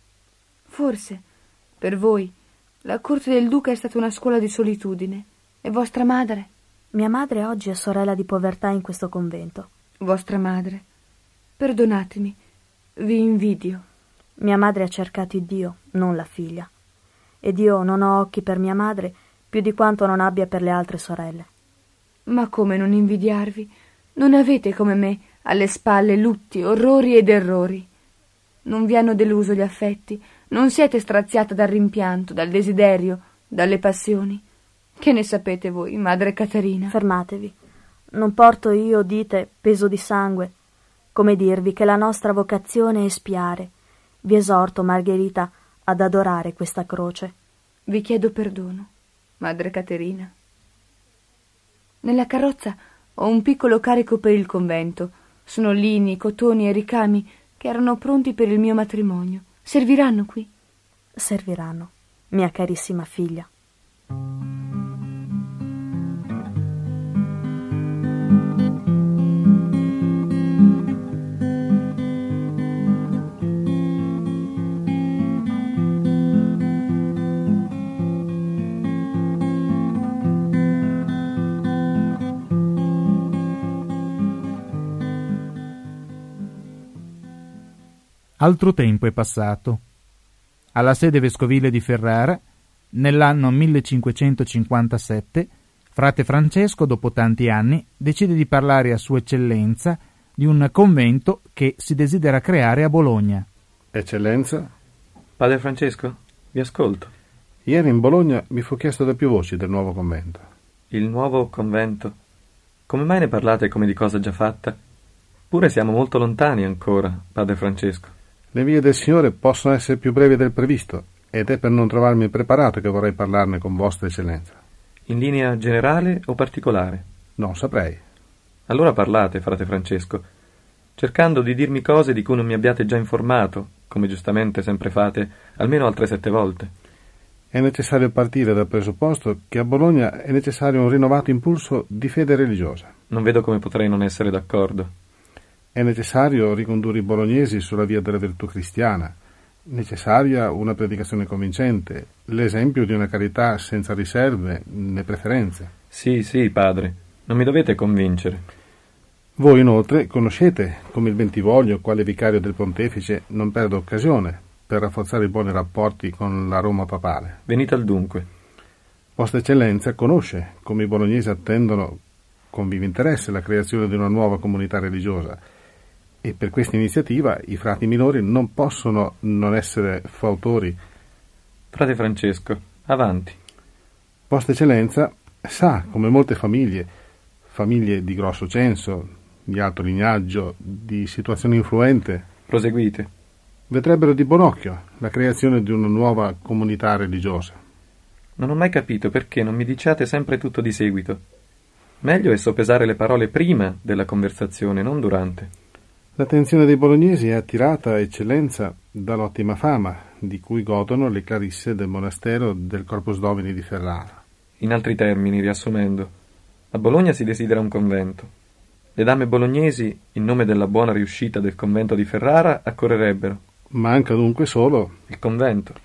Forse, per voi, la corte del duca è stata una scuola di solitudine. E vostra madre? Mia madre oggi è sorella di povertà in questo convento. Vostra madre? Perdonatemi, vi invidio. Mia madre ha cercato il Dio, non la figlia. Ed io non ho occhi per mia madre più di quanto non abbia per le altre sorelle. Ma come non invidiarvi? Non avete come me alle spalle lutti, orrori ed errori. Non vi hanno deluso gli affetti, non siete straziata dal rimpianto, dal desiderio, dalle passioni. Che ne sapete voi, madre Caterina? Fermatevi. Non porto io, dite, peso di sangue. Come dirvi che la nostra vocazione è espiare. Vi esorto, Margherita, ad adorare questa croce. Vi chiedo perdono, madre Caterina. Nella carrozza ho un piccolo carico per il convento. Sono lini, cotoni e ricami che erano pronti per il mio matrimonio. Serviranno qui? Serviranno, mia carissima figlia. Altro tempo è passato. Alla sede vescovile di Ferrara, nell'anno millecinquecentocinquantasette, frate Francesco, dopo tanti anni, decide di parlare a Sua Eccellenza di un convento che si desidera creare a Bologna. Eccellenza? Padre Francesco, vi ascolto. Ieri in Bologna mi fu chiesto da più voci del nuovo convento. Il nuovo convento? Come mai ne parlate come di cosa già fatta? Pure siamo molto lontani ancora, Padre Francesco. Le vie del Signore possono essere più brevi del previsto, ed è per non trovarmi preparato che vorrei parlarne con Vostra Eccellenza. In linea generale o particolare? Non saprei. Allora parlate, frate Francesco, cercando di dirmi cose di cui non mi abbiate già informato, come giustamente sempre fate, almeno altre sette volte. È necessario partire dal presupposto che a Bologna è necessario un rinnovato impulso di fede religiosa. Non vedo come potrei non essere d'accordo. È necessario ricondurre i bolognesi sulla via della virtù cristiana, necessaria una predicazione convincente, l'esempio di una carità senza riserve né preferenze. Sì, sì, padre, non mi dovete convincere. Voi inoltre conoscete come il Bentivoglio, quale vicario del pontefice, non perda occasione per rafforzare i buoni rapporti con la Roma papale. Venite al dunque. Vostra Eccellenza conosce come i bolognesi attendono con vivo interesse la creazione di una nuova comunità religiosa, e per questa iniziativa i frati minori non possono non essere fautori. Frate Francesco, avanti. Vostra Eccellenza sa come molte famiglie, famiglie di grosso censo, di alto lignaggio, di situazione influente, proseguite, vedrebbero di buon occhio la creazione di una nuova comunità religiosa. Non ho mai capito perché non mi diciate sempre tutto di seguito. Meglio è soppesare le parole prima della conversazione, non durante. L'attenzione dei bolognesi è attirata, Eccellenza, dall'ottima fama di cui godono le clarisse del monastero del Corpus Domini di Ferrara. In altri termini, riassumendo, a Bologna si desidera un convento. Le dame bolognesi, in nome della buona riuscita del convento di Ferrara, accorrerebbero. Manca dunque solo il convento.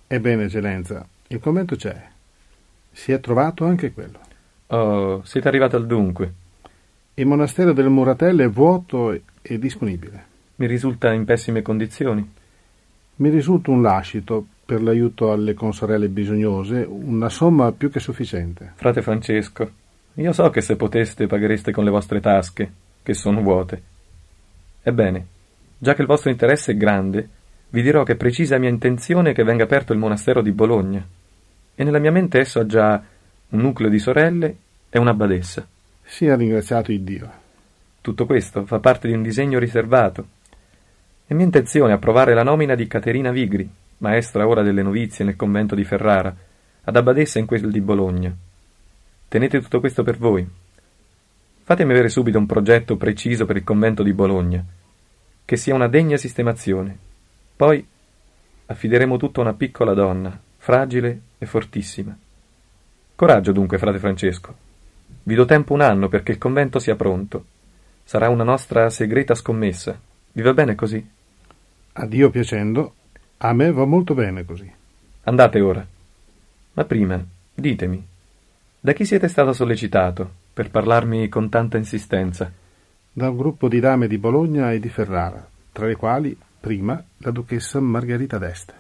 Ebbene, eccellenza, il convento c'è. Si è trovato anche quello. Oh, siete arrivati al dunque. Il monastero del Muratello è vuoto e, e disponibile. Mi risulta in pessime condizioni. Mi risulta un lascito per l'aiuto alle consorelle bisognose, una somma più che sufficiente. Frate Francesco, io so che se poteste paghereste con le vostre tasche, che sono vuote. Ebbene, già che il vostro interesse è grande, vi dirò che è precisa mia intenzione che venga aperto il monastero di Bologna, e nella mia mente esso ha già un nucleo di sorelle e una badessa. Sia ringraziato Iddio. Tutto questo fa parte di un disegno riservato. È mia intenzione approvare la nomina di Caterina Vigri, maestra ora delle novizie nel convento di Ferrara, ad abbadessa in quel di Bologna. Tenete tutto questo per voi. Fatemi avere subito un progetto preciso per il convento di Bologna, che sia una degna sistemazione. Poi affideremo tutto a una piccola donna, fragile e fortissima. Coraggio dunque, frate Francesco. Vi do tempo un anno perché il convento sia pronto. Sarà una nostra segreta scommessa. Vi va bene così? A Dio piacendo, a me va molto bene così. Andate ora. Ma prima, ditemi, da chi siete stato sollecitato per parlarmi con tanta insistenza? Da un gruppo di dame di Bologna e di Ferrara, tra le quali, prima, la duchessa Margherita d'Este.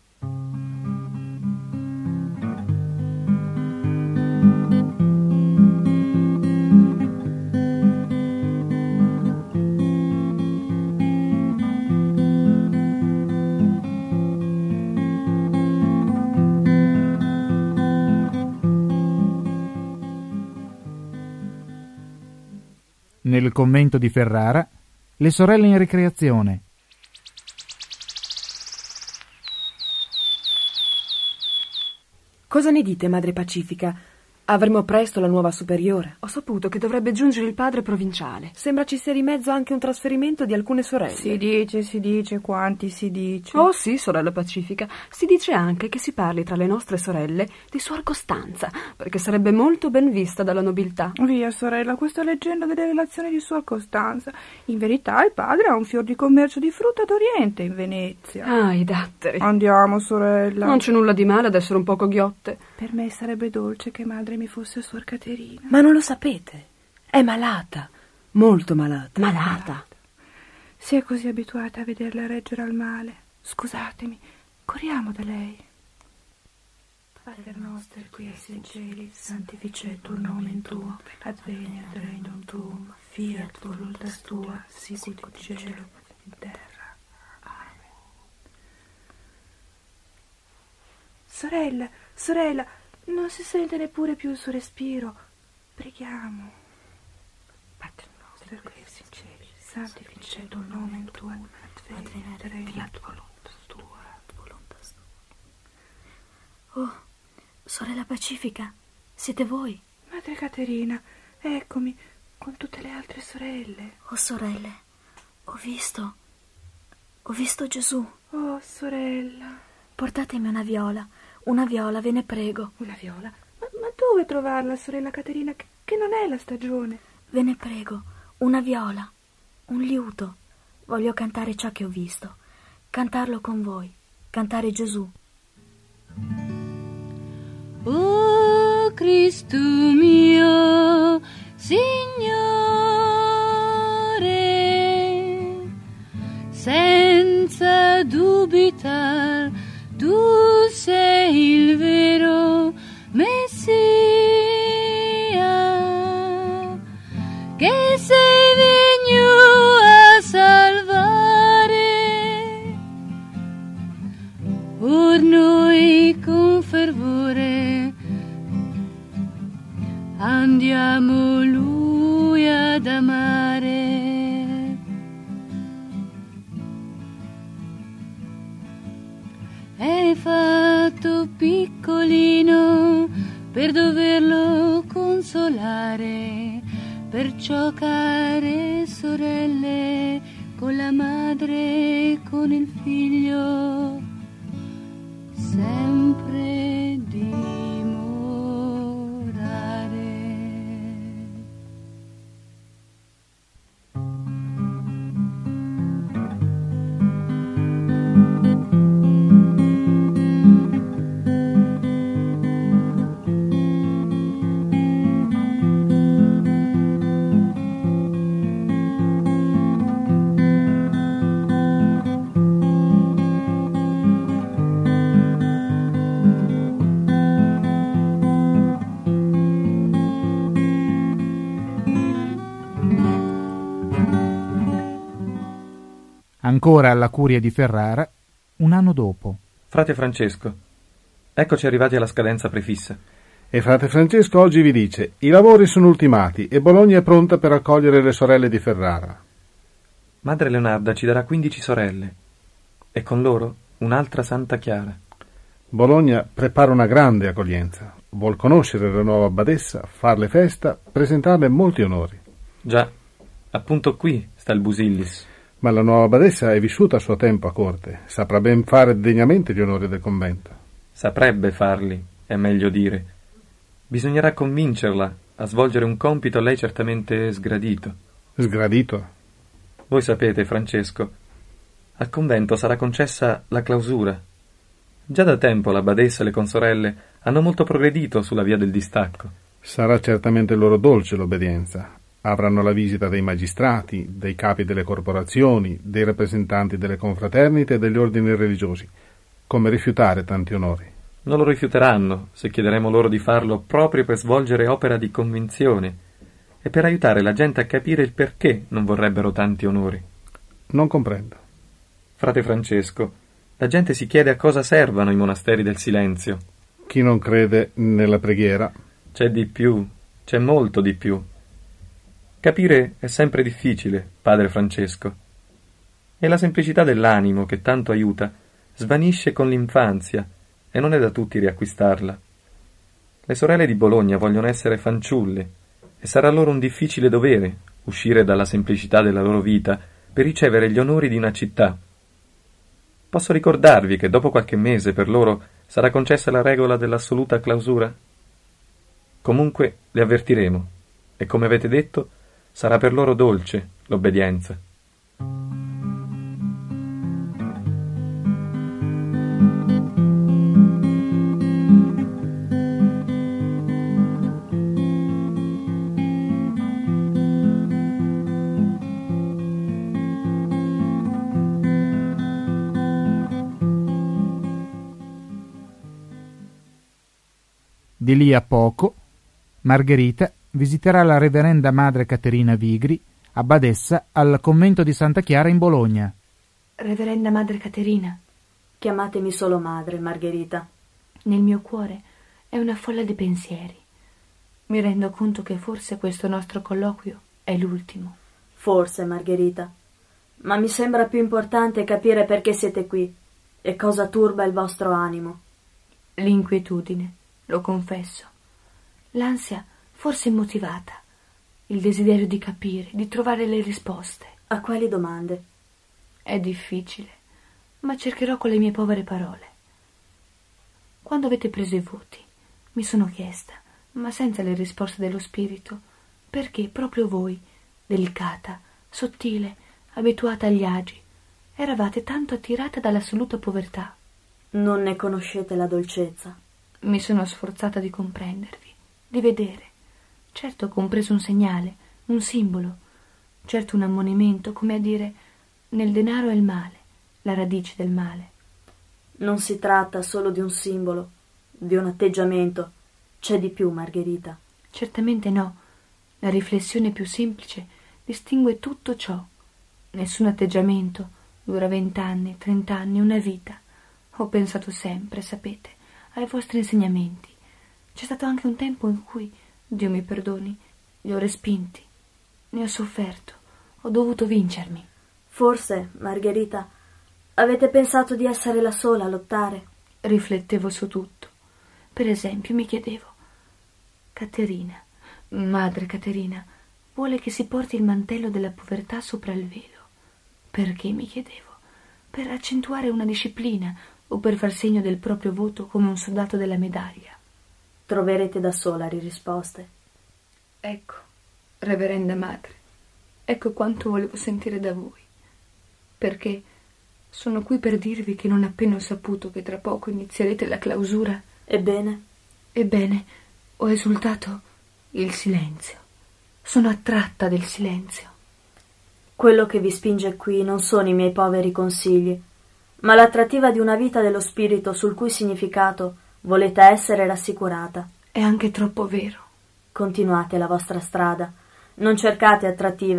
Nel convento di Ferrara, le sorelle in ricreazione. Cosa ne dite, madre Pacifica? Avremo presto la nuova superiore. Ho saputo che dovrebbe giungere il padre provinciale. Sembra ci sia di mezzo anche un trasferimento di alcune sorelle. Si dice, si dice, quanti si dice. Oh sì, sorella Pacifica. Si dice anche che si parli tra le nostre sorelle di Suor Costanza, perché sarebbe molto ben vista dalla nobiltà. Via, sorella, questa leggenda delle relazioni di Suor Costanza. In verità il padre ha un fior di commercio di frutta d'Oriente in Venezia. Ah, i datteri. Andiamo, sorella. Non c'è nulla di male ad essere un poco ghiotte. Per me sarebbe dolce che madre mi fosse Suor Caterina. Ma non lo sapete? È malata, molto malata. Malata? Si è così abituata a vederla reggere al male. Scusatemi, corriamo da lei. Pater nostro qui es in cieli, sanctificetur nomen tuo, adveniat regnum tuum, fiat voluntas tua, sicut in cielo in terra. Amen. Sorella, sorella, non si sente neppure più il suo respiro. Preghiamo. Pater nostro qui es in cieli, sanctificetur nomen tuo, adveniat regnum voluntas tua, voluntas tua. Oh, sorella Pacifica, siete voi? Madre Caterina, eccomi, con tutte le altre sorelle. Oh, sorelle, ho visto, ho visto Gesù. Oh, sorella. Portatemi una viola, una viola, ve ne prego. Una viola? Ma, ma dove trovarla, sorella Caterina, che, che non è la stagione? Ve ne prego, una viola, un liuto. Voglio cantare ciò che ho visto, cantarlo con voi, cantare Gesù. Oh Cristo mio, Signore, senza dubitar, tu sei il vero Messia, che sei venuto a salvare. Or noi con fervore andiamo lui ad amare. È fatto piccolino per doverlo consolare, perciò care sorelle, con la madre e con il figlio, sempre dimorare. Ancora alla curia di Ferrara, un anno dopo. Frate Francesco, eccoci arrivati alla scadenza prefissa. E frate Francesco oggi vi dice: i lavori sono ultimati e Bologna è pronta per accogliere le sorelle di Ferrara. Madre Leonarda ci darà quindici sorelle e con loro un'altra Santa Chiara. Bologna prepara una grande accoglienza. Vuol conoscere la nuova badessa, farle festa, presentarle molti onori. Già, appunto qui sta il Busillis. Ma la nuova badessa è vissuta a suo tempo a corte, saprà ben fare degnamente gli onori del convento. Saprebbe farli, è meglio dire. Bisognerà convincerla a svolgere un compito a lei certamente sgradito. Sgradito? Voi sapete, Francesco, al convento sarà concessa la clausura. Già da tempo la badessa e le consorelle hanno molto progredito sulla via del distacco. Sarà certamente loro dolce l'obbedienza. Avranno la visita dei magistrati, dei capi delle corporazioni, dei rappresentanti delle confraternite e degli ordini religiosi. Come rifiutare tanti onori? Non lo rifiuteranno se chiederemo loro di farlo proprio per svolgere opera di convinzione e per aiutare la gente a capire il perché non vorrebbero tanti onori. Non comprendo. Frate Francesco, la gente si chiede a cosa servano i monasteri del silenzio. Chi non crede nella preghiera? C'è di più, c'è molto di più. Capire è sempre difficile, padre Francesco. E la semplicità dell'animo, che tanto aiuta, svanisce con l'infanzia e non è da tutti riacquistarla. Le sorelle di Bologna vogliono essere fanciulle e sarà loro un difficile dovere uscire dalla semplicità della loro vita per ricevere gli onori di una città. Posso ricordarvi che dopo qualche mese per loro sarà concessa la regola dell'assoluta clausura? Comunque le avvertiremo e, come avete detto, sarà per loro dolce l'obbedienza. Di lì a poco, Margherita visiterà la reverenda madre Caterina Vigri, abbadessa al convento di Santa Chiara in Bologna. Reverenda madre Caterina. Chiamatemi solo madre, Margherita. Nel mio cuore è una folla di pensieri. Mi rendo conto che forse questo nostro colloquio è l'ultimo. Forse, Margherita. Ma mi sembra più importante capire perché siete qui e cosa turba il vostro animo. L'inquietudine, lo confesso. L'ansia forse immotivata. Il desiderio di capire, di trovare le risposte. A quali domande? È difficile, ma cercherò con le mie povere parole. Quando avete preso i voti, mi sono chiesta, ma senza le risposte dello spirito, perché proprio voi, delicata, sottile, abituata agli agi, eravate tanto attirata dall'assoluta povertà. Non ne conoscete la dolcezza. Mi sono sforzata di comprendervi, di vedere. Certo ho compreso un segnale, un simbolo, certo un ammonimento, come a dire, nel denaro è il male, la radice del male. Non si tratta solo di un simbolo, di un atteggiamento. C'è di più, Margherita. Certamente no. La riflessione più semplice distingue tutto ciò. Nessun atteggiamento dura vent'anni, trent'anni, una vita. Ho pensato sempre, sapete, ai vostri insegnamenti. C'è stato anche un tempo in cui, Dio mi perdoni, li ho respinti. Ne ho sofferto. Ho dovuto vincermi. Forse, Margherita, avete pensato di essere la sola a lottare? Riflettevo su tutto. Per esempio, mi chiedevo: Caterina, madre Caterina, vuole che si porti il mantello della povertà sopra il velo. Perché, mi chiedevo? Per accentuare una disciplina o per far segno del proprio voto come un soldato della medaglia? Troverete da sola le risposte. Ecco, reverenda madre, ecco quanto volevo sentire da voi. Perché sono qui per dirvi che non appena ho saputo che tra poco inizierete la clausura. Ebbene? Ebbene, ho esultato il silenzio. Sono attratta del silenzio. Quello che vi spinge qui non sono i miei poveri consigli, ma l'attrattiva di una vita dello spirito sul cui significato volete essere rassicurata. È anche troppo vero. Continuate la vostra strada. Non cercate attrattive,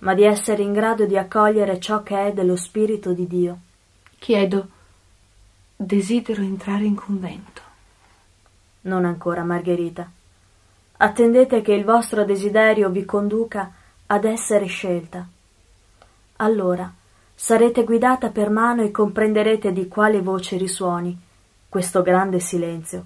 ma di essere in grado di accogliere ciò che è dello Spirito di Dio. Chiedo, desidero entrare in convento. Non ancora, Margherita. Attendete che il vostro desiderio vi conduca ad essere scelta. Allora sarete guidata per mano e comprenderete di quale voce risuoni questo grande silenzio.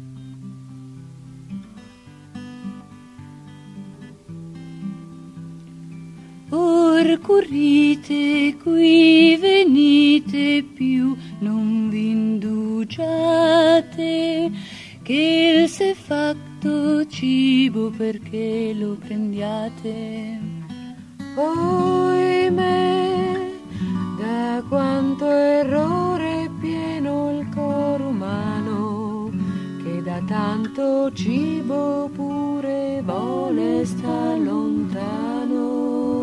Or corrite qui venite più, non vi indugiate, che il s'è fatto cibo perché lo prendiate. Oimè, da quanto errore è pieno il cor umano, che da tanto cibo pure vuole star lontano.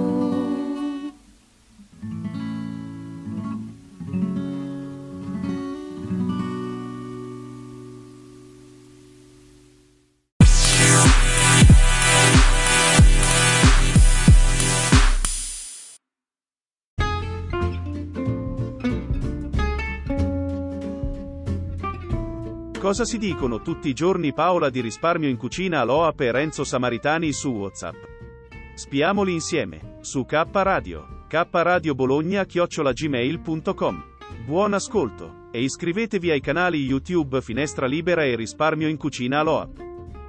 Cosa si dicono tutti i giorni Paola di Risparmio in Cucina, Aloap e Renzo Samaritani su WhatsApp? Spiamoli insieme, su K Radio, K Radio Bologna chiocciola gmail punto com. Buon ascolto, e iscrivetevi ai canali YouTube Finestra Libera e Risparmio in Cucina Aloap.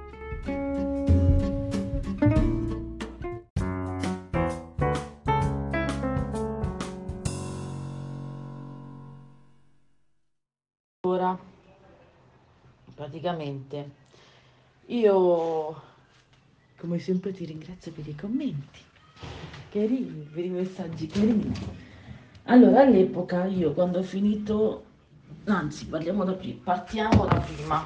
Ora praticamente io come sempre ti ringrazio per i commenti carini, per i messaggi carini. Allora, all'epoca io quando ho finito, anzi parliamo da prima, partiamo da prima.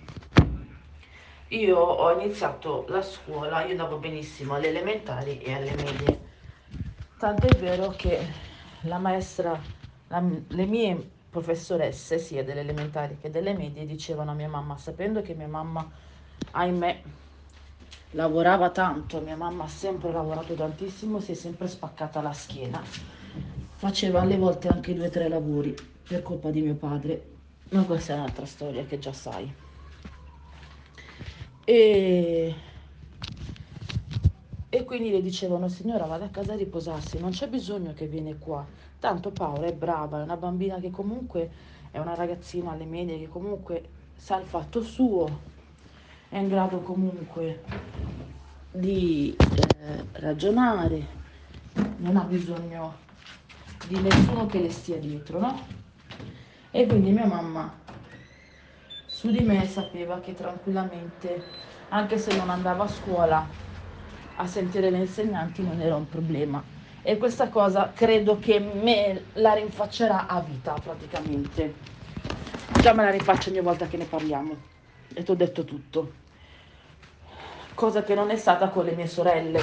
Io ho iniziato la scuola, io andavo benissimo alle elementari e alle medie, tant'è vero che la maestra, la, le mie professoresse sia delle elementari che delle medie dicevano a mia mamma, sapendo che mia mamma, ahimè, lavorava tanto, mia mamma ha sempre lavorato tantissimo, si è sempre spaccata la schiena, faceva alle volte anche due o tre lavori per colpa di mio padre, ma questa è un'altra storia che già sai. E, e quindi le dicevano, signora, vada a casa a riposarsi, non c'è bisogno che viene qua. Tanto Paola è brava, è una bambina che comunque è una ragazzina alle medie che comunque sa il fatto suo, è in grado comunque di eh, ragionare, non ha bisogno di nessuno che le stia dietro, no? E quindi mia mamma su di me sapeva che tranquillamente, anche se non andava a scuola, a sentire le insegnanti non era un problema. E questa cosa credo che me la rinfaccerà a vita praticamente. Già me la rifaccio ogni volta che ne parliamo. E ti ho detto tutto. Cosa che non è stata con le mie sorelle.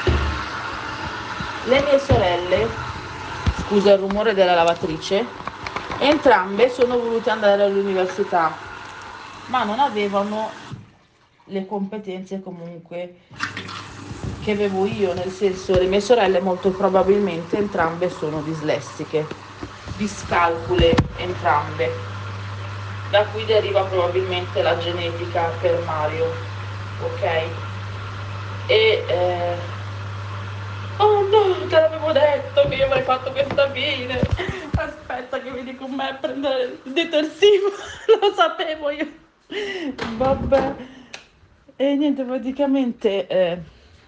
Le mie sorelle, scusa il rumore della lavatrice, entrambe sono volute andare all'università, ma non avevano le competenze comunque che avevo io, nel senso, le mie sorelle molto probabilmente entrambe sono dislessiche, discalcule entrambe, da cui deriva probabilmente la genetica per Mario, ok? E eh... oh no, te l'avevo detto che io avrei fatto questa fine, aspetta che vieni con me a prendere il detersivo, lo sapevo io, vabbè. E niente, praticamente eh,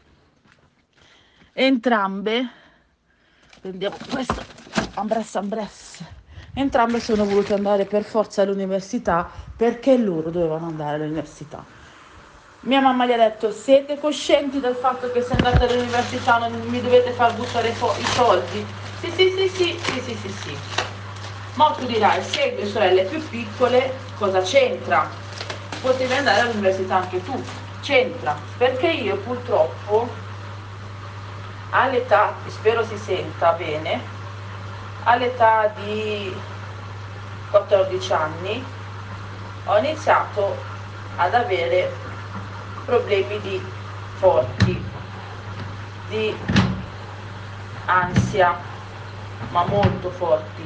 entrambe, prendiamo questo, ambress ambress, entrambe sono volute andare per forza all'università perché loro dovevano andare all'università. Mia mamma gli ha detto, siete coscienti del fatto che se andate all'università non mi dovete far buttare i soldi? Sì, sì, sì, sì, sì, sì, sì, sì. Ma tu dirai, se le sorelle più piccole, cosa c'entra? Potevi andare all'università anche tu. C'entra, perché io purtroppo all'età, spero si senta bene, all'età di quattordici anni ho iniziato ad avere problemi di forti, di ansia, ma molto forti.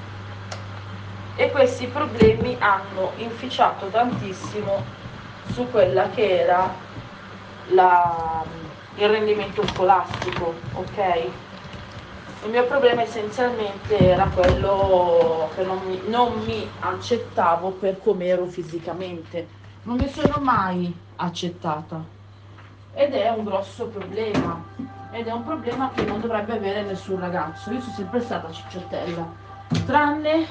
E questi problemi hanno inficiato tantissimo su quella che era la, il rendimento scolastico, ok? Il mio problema essenzialmente era quello che non mi, non mi accettavo per come ero fisicamente, non mi sono mai accettata ed è un grosso problema, ed è un problema che non dovrebbe avere nessun ragazzo. Io sono sempre stata cicciottella, tranne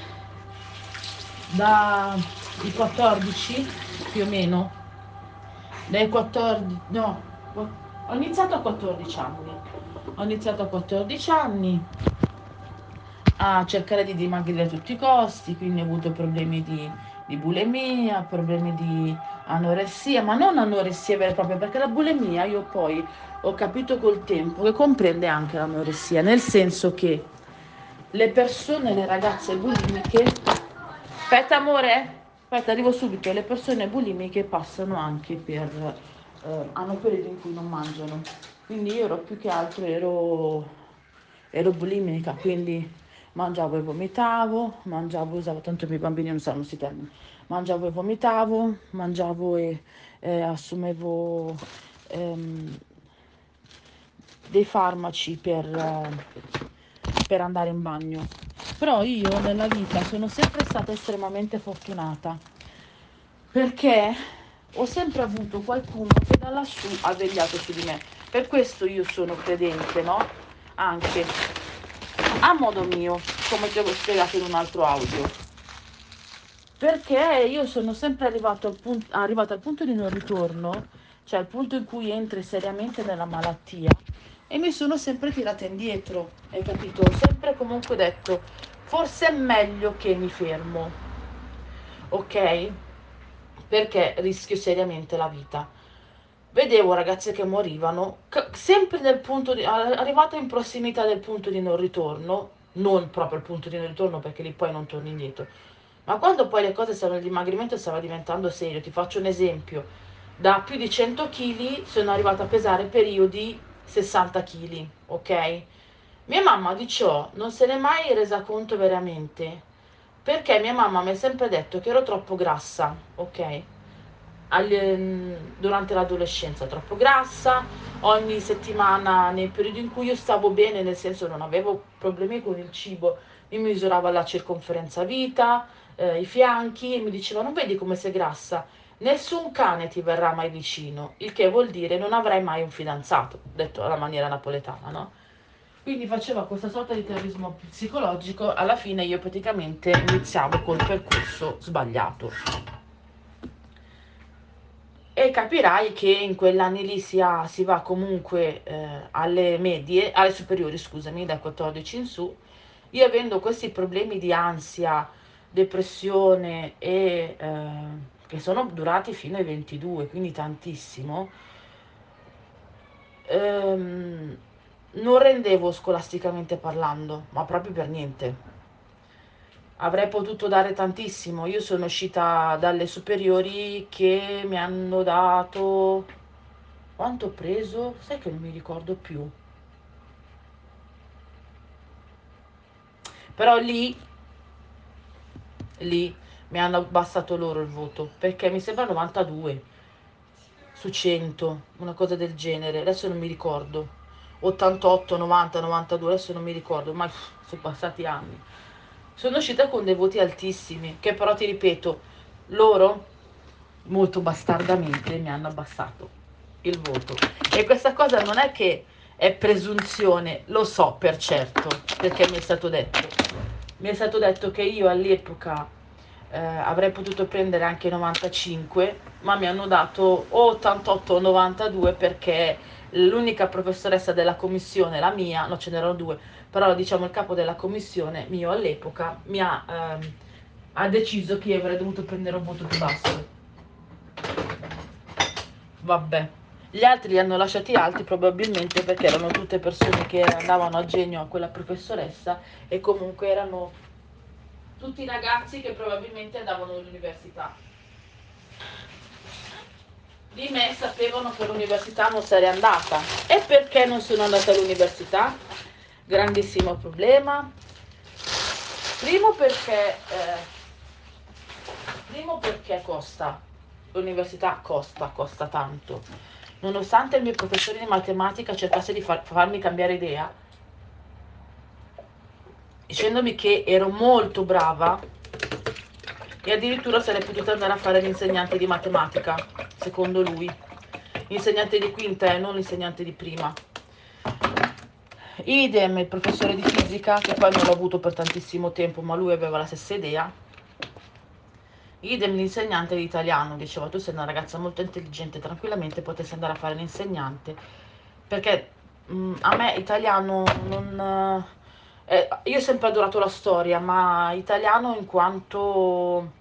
dai quattordici più o meno, dai quattordici, no, ho iniziato a quattordici anni. Ho iniziato a quattordici anni a cercare di dimagrire a tutti i costi, quindi ho avuto problemi di, di bulimia, problemi di anoressia, ma non anoressia vera e propria, perché la bulimia io poi ho capito col tempo che comprende anche l'anoressia, nel senso che le persone, le ragazze bulimiche, aspetta amore, aspetta arrivo subito, le persone bulimiche passano anche per, eh, hanno periodi in cui non mangiano. Quindi io ero più che altro, ero, ero bulimica, quindi mangiavo e vomitavo, mangiavo e usavo, tanto i miei bambini non sanno questi termini, mangiavo e vomitavo, mangiavo e eh, assumevo ehm, dei farmaci per, eh, per andare in bagno. Però io nella vita sono sempre stata estremamente fortunata, perché ho sempre avuto qualcuno che da lassù ha vegliato su di me. Per questo io sono credente, no? Anche a modo mio, come ti avevo spiegato in un altro audio. Perché io sono sempre arrivato al punto, arrivata al punto di non ritorno, cioè al punto in cui entri seriamente nella malattia, e mi sono sempre tirata indietro, hai capito? Ho sempre comunque detto, forse è meglio che mi fermo, ok? Perché rischio seriamente la vita. Vedevo ragazze che morivano, sempre nel punto di, arrivata in prossimità del punto di non ritorno, non proprio il punto di non ritorno perché lì poi non torni indietro, ma quando poi le cose stavano, il dimagrimento stava diventando serio. Ti faccio un esempio: da più di cento chili sono arrivata a pesare periodi sessanta chili, ok? Mia mamma di ciò non se n'è mai resa conto veramente, perché mia mamma mi ha sempre detto che ero troppo grassa, ok? Durante l'adolescenza troppo grassa, ogni settimana nei periodi in cui io stavo bene, nel senso non avevo problemi con il cibo, mi misurava la circonferenza vita, eh, i fianchi, e mi diceva non vedi come sei grassa, nessun cane ti verrà mai vicino, il che vuol dire non avrai mai un fidanzato, detto alla maniera napoletana, no? Quindi faceva questa sorta di terrorismo psicologico. Alla fine io praticamente iniziavo col percorso sbagliato. E capirai che in quegli anni lì si, ha, si va comunque eh, alle medie, alle superiori, scusami, dai quattordici in su. Io avendo questi problemi di ansia, depressione e eh, che sono durati fino ai ventidue, quindi tantissimo, ehm, non rendevo scolasticamente parlando, ma proprio per niente. Avrei potuto dare tantissimo. Io sono uscita dalle superiori che mi hanno dato... Quanto ho preso? Sai che non mi ricordo più. Però lì, lì mi hanno abbassato loro il voto, perché mi sembra novantadue su cento, una cosa del genere. Adesso non mi ricordo. ottantotto, novanta, novantadue, adesso non mi ricordo, ma sono passati anni. Sono uscita con dei voti altissimi, che però ti ripeto, loro molto bastardamente mi hanno abbassato il voto. E questa cosa non è che è presunzione, lo so per certo, perché mi è stato detto. Mi è stato detto che io all'epoca eh, avrei potuto prendere anche novantacinque, ma mi hanno dato o ottantotto o novantadue, perché l'unica professoressa della commissione, la mia, no, ce n'erano due, però diciamo il capo della commissione mio all'epoca mi ha, ehm, ha deciso che io avrei dovuto prendere un voto più basso. Vabbè, gli altri li hanno lasciati alti probabilmente perché erano tutte persone che andavano a genio a quella professoressa, e comunque erano tutti ragazzi che probabilmente andavano all'università. Di me sapevano che all'università non sarei andata. E perché non sono andata all'università? grandissimo problema. Primo perché, eh, primo perché costa, l'università costa, costa tanto. Nonostante il mio professore di matematica cercasse di far, farmi cambiare idea, dicendomi che ero molto brava e addirittura sarei potuta andare a fare l'insegnante di matematica, secondo lui. L'insegnante di quinta e non l'insegnante di prima. Idem il professore di fisica, che poi non l'ho avuto per tantissimo tempo, ma lui aveva la stessa idea. Idem l'insegnante di italiano, diceva tu sei una ragazza molto intelligente, tranquillamente potessi andare a fare l'insegnante, perché mh, a me italiano non... Eh, io ho sempre adorato la storia, ma italiano in quanto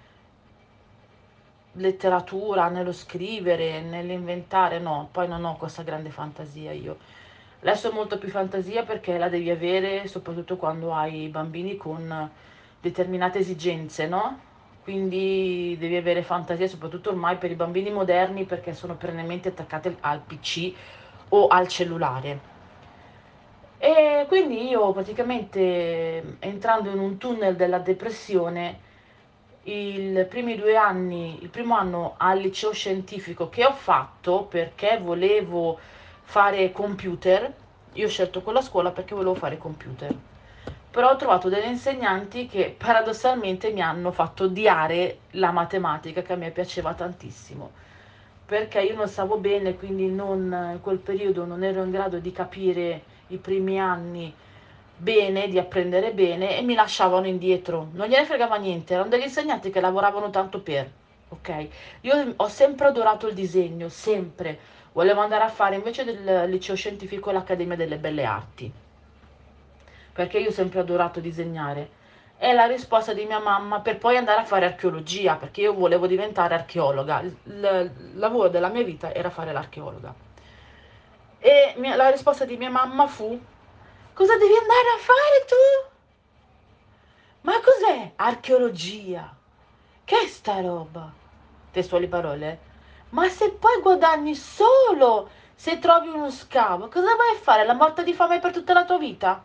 letteratura, nello scrivere, nell'inventare, no, poi non ho questa grande fantasia io. Adesso ho molto più fantasia perché la devi avere soprattutto quando hai bambini con determinate esigenze, no? Quindi devi avere fantasia soprattutto ormai per i bambini moderni perché sono perennemente attaccati al P C o al cellulare. E quindi io praticamente entrando in un tunnel della depressione, i primi due anni, il primo anno al liceo scientifico che ho fatto perché volevo fare computer, io ho scelto quella scuola perché volevo fare computer, però ho trovato delle insegnanti che paradossalmente mi hanno fatto odiare la matematica che a me piaceva tantissimo, perché io non stavo bene, quindi non, in quel periodo non ero in grado di capire i primi anni bene, di apprendere bene, e mi lasciavano indietro, non gliene fregava niente, erano degli insegnanti che lavoravano tanto per, ok? Io ho sempre adorato il disegno, sempre, volevo andare a fare invece del liceo scientifico l'Accademia delle Belle Arti, perché io ho sempre adorato disegnare. È la risposta di mia mamma per poi andare a fare archeologia, perché io volevo diventare archeologa, il, il lavoro della mia vita era fare l'archeologa. E mia, la risposta di mia mamma fu: cosa devi andare a fare tu? Ma cos'è archeologia? Che è sta roba? Testuali parole. Ma se poi guadagni solo se trovi uno scavo, cosa vai a fare? La morte di fame per tutta la tua vita?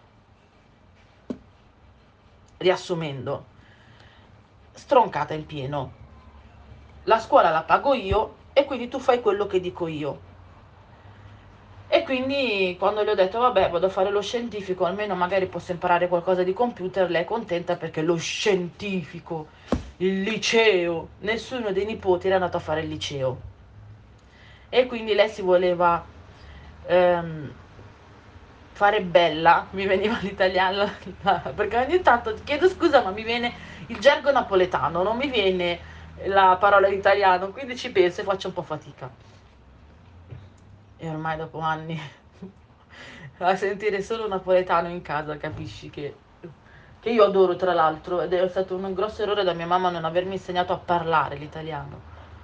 Riassumendo, stroncata in pieno. La scuola la pago io e quindi tu fai quello che dico io. E quindi quando le ho detto vabbè vado a fare lo scientifico, almeno magari posso imparare qualcosa di computer, lei è contenta perché lo scientifico, il liceo, nessuno dei nipoti era andato a fare il liceo. E quindi lei si voleva ehm, fare bella, mi veniva l'italiano, perché ogni tanto chiedo scusa ma mi viene il gergo napoletano, non mi viene la parola in italiano, quindi ci penso e faccio un po' fatica. E ormai dopo anni a sentire solo napoletano in casa capisci che, che io adoro, tra l'altro, ed è stato un grosso errore da mia mamma non avermi insegnato a parlare l'italiano.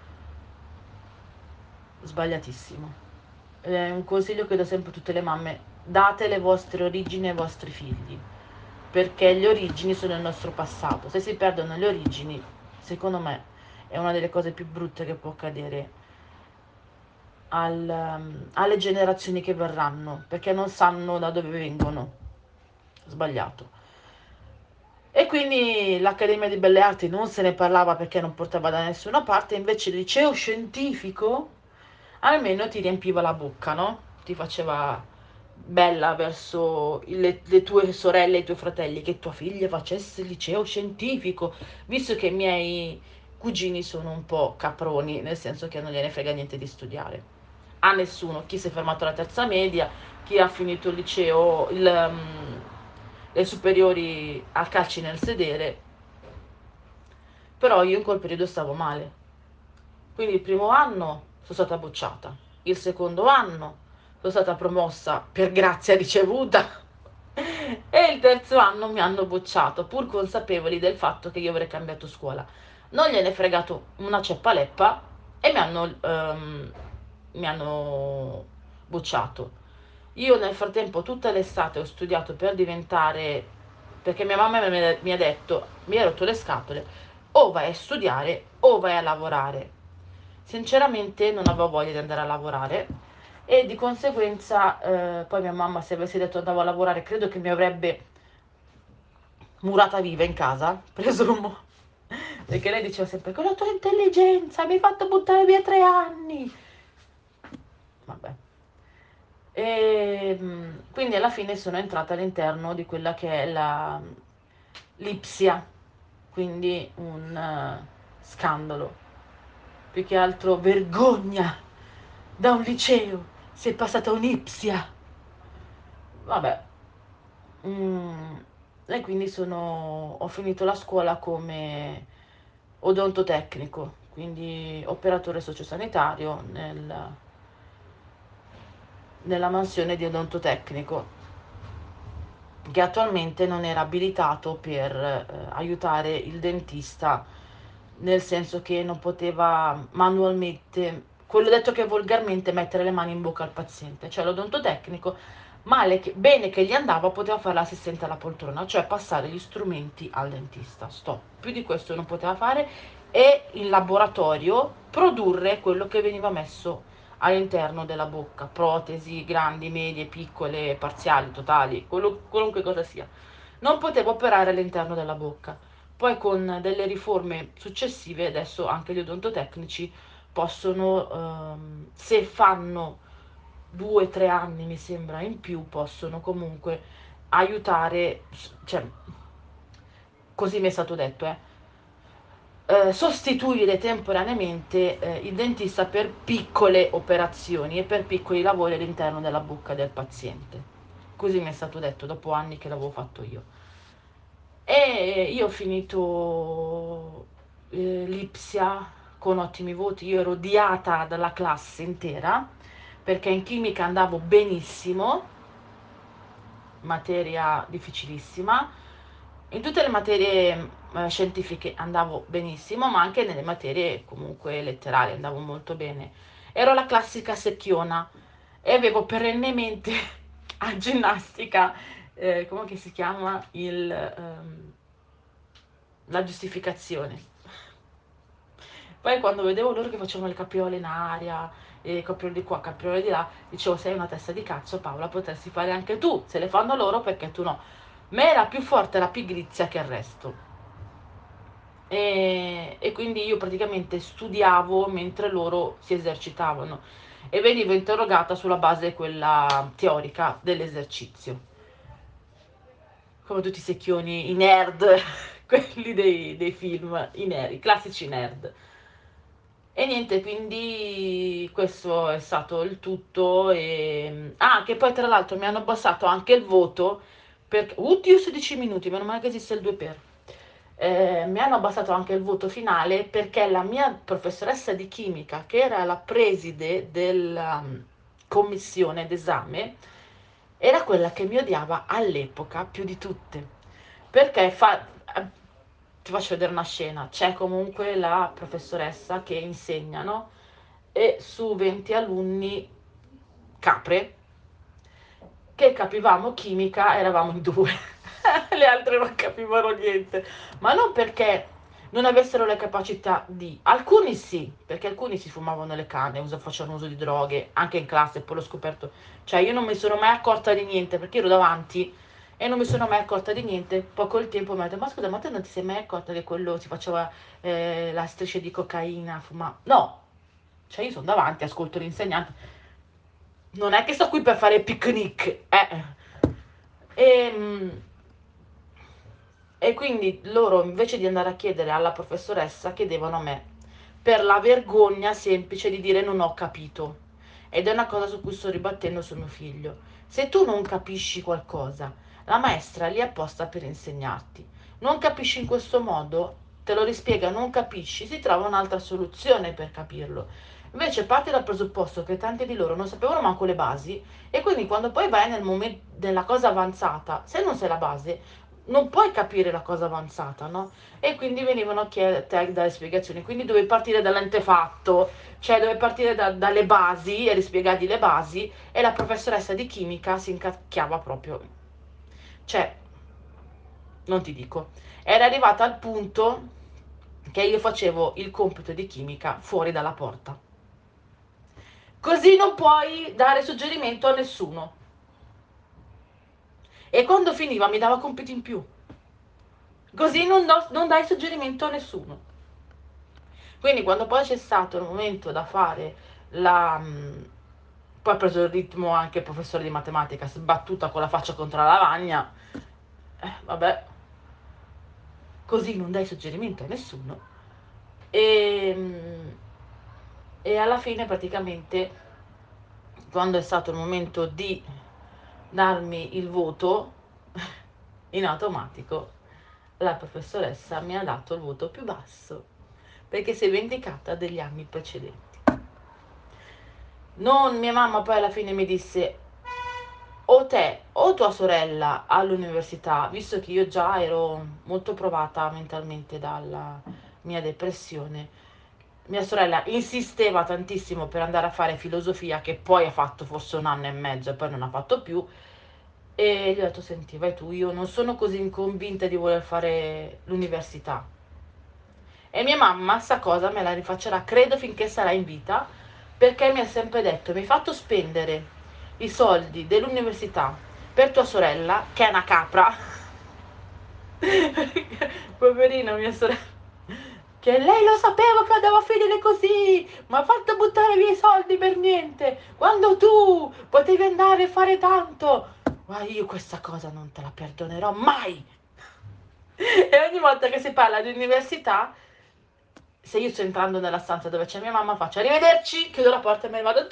Sbagliatissimo. È un consiglio che do sempre a tutte le mamme: date le vostre origini ai vostri figli, perché le origini sono il nostro passato. Se si perdono le origini, secondo me è una delle cose più brutte che può accadere Al, um, alle generazioni che verranno, perché non sanno da dove vengono. Sbagliato. E quindi l'Accademia di Belle Arti non se ne parlava perché non portava da nessuna parte, invece il liceo scientifico almeno ti riempiva la bocca, no? Ti faceva bella verso le, le tue sorelle e i tuoi fratelli, che tua figlia facesse il liceo scientifico, visto che i miei cugini sono un po' caproni, nel senso che non gliene frega niente di studiare. A nessuno, chi si è fermato alla terza media, chi ha finito il liceo, il, um, le superiori a calci nel sedere. Però io in quel periodo stavo male, quindi il primo anno sono stata bocciata, il secondo anno sono stata promossa per grazia ricevuta e il terzo anno mi hanno bocciato, pur consapevoli del fatto che io avrei cambiato scuola. Non gliene è fregato una ceppaleppa e mi hanno... Um, mi hanno bocciato. Io nel frattempo tutta l'estate ho studiato per diventare, perché mia mamma mi ha detto, mi ha rotto le scatole, o vai a studiare o vai a lavorare. Sinceramente non avevo voglia di andare a lavorare e di conseguenza eh, poi mia mamma, se avessi detto andavo a lavorare, credo che mi avrebbe murata viva in casa, presumo, perché lei diceva sempre con la tua intelligenza mi hai fatto buttare via tre anni, vabbè. E quindi alla fine sono entrata all'interno di quella che è la l'Ipsia, quindi un uh, scandalo, più che altro vergogna, da un liceo sei passata a un'Ipsia, vabbè. Mm, e quindi sono, ho finito la scuola come odontotecnico, quindi operatore sociosanitario nel, nella mansione di odontotecnico, che attualmente non era abilitato per eh, aiutare il dentista, nel senso che non poteva manualmente, quello detto che volgarmente, mettere le mani in bocca al paziente, cioè l'odontotecnico, male che, bene che gli andava, poteva fare l'assistente alla poltrona, cioè passare gli strumenti al dentista, stop, più di questo non poteva fare, e in laboratorio produrre quello che veniva messo all'interno della bocca, protesi grandi, medie, piccole, parziali, totali, quello, qualunque cosa sia. Non potevo operare all'interno della bocca. Poi con delle riforme successive adesso anche gli odontotecnici possono, ehm, se fanno due o tre anni mi sembra in più, possono comunque aiutare, cioè, così mi è stato detto, eh, eh, sostituire temporaneamente eh, il dentista per piccole operazioni e per piccoli lavori all'interno della bocca del paziente. Così mi è stato detto dopo anni che l'avevo fatto io. E io ho finito eh, l'Ipsia con ottimi voti, io ero odiata dalla classe intera perché in chimica andavo benissimo, materia difficilissima, in tutte le materie eh, scientifiche andavo benissimo, ma anche nelle materie comunque letterali andavo molto bene. Ero la classica secchiona e avevo perennemente a ginnastica, eh, come che si chiama, il, ehm, la giustificazione. Poi quando vedevo loro che facevano le capriole in aria, e capriole di qua, capriole di là, dicevo sei una testa di cazzo Paola, potresti fare anche tu, se le fanno loro perché tu no. Me era più forte la pigrizia che il resto. E, e quindi io praticamente studiavo mentre loro si esercitavano e venivo interrogata sulla base quella teorica dell'esercizio, come tutti i secchioni, i nerd, quelli dei, dei film, i nerd, i classici nerd. E niente, quindi questo è stato il tutto. E... ah, che poi tra l'altro mi hanno abbassato anche il voto perché... Oddio, sedici minuti, meno male che esiste il due per. Eh, mi hanno abbassato anche il voto finale perché la mia professoressa di chimica, che era la preside della um, commissione d'esame, era quella che mi odiava all'epoca più di tutte. Perché fa... ti faccio vedere una scena, c'è comunque la professoressa che insegna, no? E su venti alunni capre che capivamo chimica eravamo in due, le altre non capivano niente, ma non perché non avessero le capacità di, alcuni sì, perché alcuni si fumavano le canne, us- facevano uso di droghe, anche in classe, poi l'ho scoperto, cioè io non mi sono mai accorta di niente perché ero davanti e non mi sono mai accorta di niente. Poi col tempo mi ha detto ma scusa, ma te non ti sei mai accorta che quello si faceva eh, la striscia di cocaina, fumava? No, cioè io sono davanti, ascolto l'insegnante, non è che sto qui per fare picnic, eh. E, e quindi loro invece di andare a chiedere alla professoressa chiedevano a me, per la vergogna semplice di dire non ho capito. Ed è una cosa su cui sto ribattendo su mio figlio. Se tu non capisci qualcosa, la maestra è lì apposta per insegnarti. Non capisci in questo modo, te lo rispiega, non capisci, si trova un'altra soluzione per capirlo. Invece parti dal presupposto che tanti di loro non sapevano manco le basi e quindi quando poi vai nel momento della cosa avanzata, se non sai la base, non puoi capire la cosa avanzata, no? E quindi venivano a te dare spiegazioni, quindi dovevi partire dall'antefatto, cioè dovevi partire da, dalle basi e rispiegargli le basi e la professoressa di chimica si incacchiava proprio, cioè, non ti dico, era arrivata al punto che io facevo il compito di chimica fuori dalla porta, così non puoi dare suggerimento a nessuno. E quando finiva mi dava compiti in più, così non, do, non dai suggerimento a nessuno. Quindi quando poi c'è stato il momento da fare la... poi ha preso il ritmo anche il professore di matematica, sbattuta con la faccia contro la lavagna, eh, vabbè, così non dai suggerimento a nessuno. E, e alla fine praticamente, quando è stato il momento di darmi il voto, in automatico la professoressa mi ha dato il voto più basso, perché si è vendicata degli anni precedenti. Non, mia mamma poi alla fine mi disse: o te o tua sorella all'università, visto che io già ero molto provata mentalmente dalla mia depressione. Mia sorella insisteva tantissimo per andare a fare filosofia, che poi ha fatto forse un anno e mezzo e poi non ha fatto più, e gli ho detto: senti, vai tu, io non sono così convinta di voler fare l'università. E mia mamma sta cosa me la rifaccerà, credo, finché sarà in vita, perché mi ha sempre detto: mi hai fatto spendere i soldi dell'università per tua sorella, che è una capra. Poverina mia sorella, che lei lo sapevo che andava a finire così, ma ha fatto buttare via i soldi per niente, quando tu potevi andare a fare tanto. Ma io questa cosa non te la perdonerò mai. E ogni volta che si parla di università, se io sto entrando nella stanza dove c'è mia mamma, faccio arrivederci, chiudo la porta e me ne vado. Tu,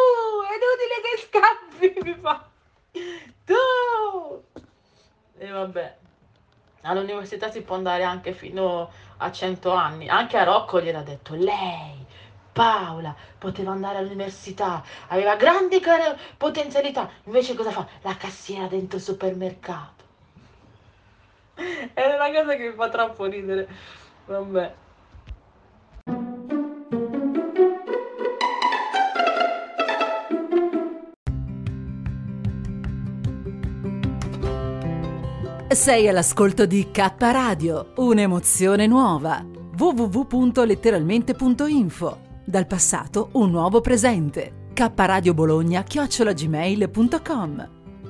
è inutile che scappi, mi fa. Tu. E vabbè, all'università si può andare anche fino a cento anni. Anche a Rocco gliel'ha detto: lei, Paola, poteva andare all'università, aveva grandi potenzialità, invece cosa fa? La cassiera dentro il supermercato. È una cosa che mi fa troppo ridere. Vabbè. Sei all'ascolto di K Radio, un'emozione nuova. w w w punto letteralmente punto info. Dal passato un nuovo presente. K Radio Bologna chiocciola gmail punto com.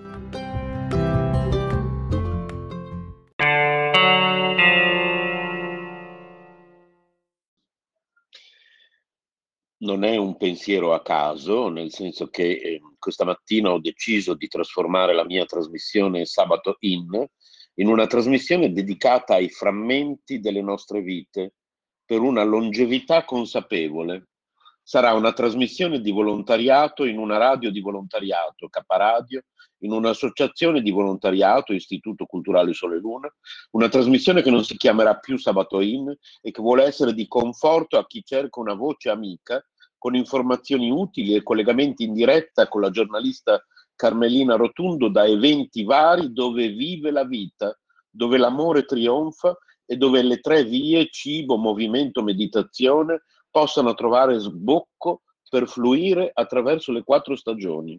Non è un pensiero a caso, nel senso che eh, questa mattina ho deciso di trasformare la mia trasmissione Sabato In in una trasmissione dedicata ai frammenti delle nostre vite per una longevità consapevole. Sarà una trasmissione di volontariato in una radio di volontariato, K Radio, in un'associazione di volontariato, Istituto Culturale Sole Luna, una trasmissione che non si chiamerà più Sabato In e che vuole essere di conforto a chi cerca una voce amica, con informazioni utili e collegamenti in diretta con la giornalista Carmelina Rotundo da eventi vari dove vive la vita, dove l'amore trionfa e dove le tre vie, cibo, movimento, meditazione, possano trovare sbocco per fluire attraverso le quattro stagioni.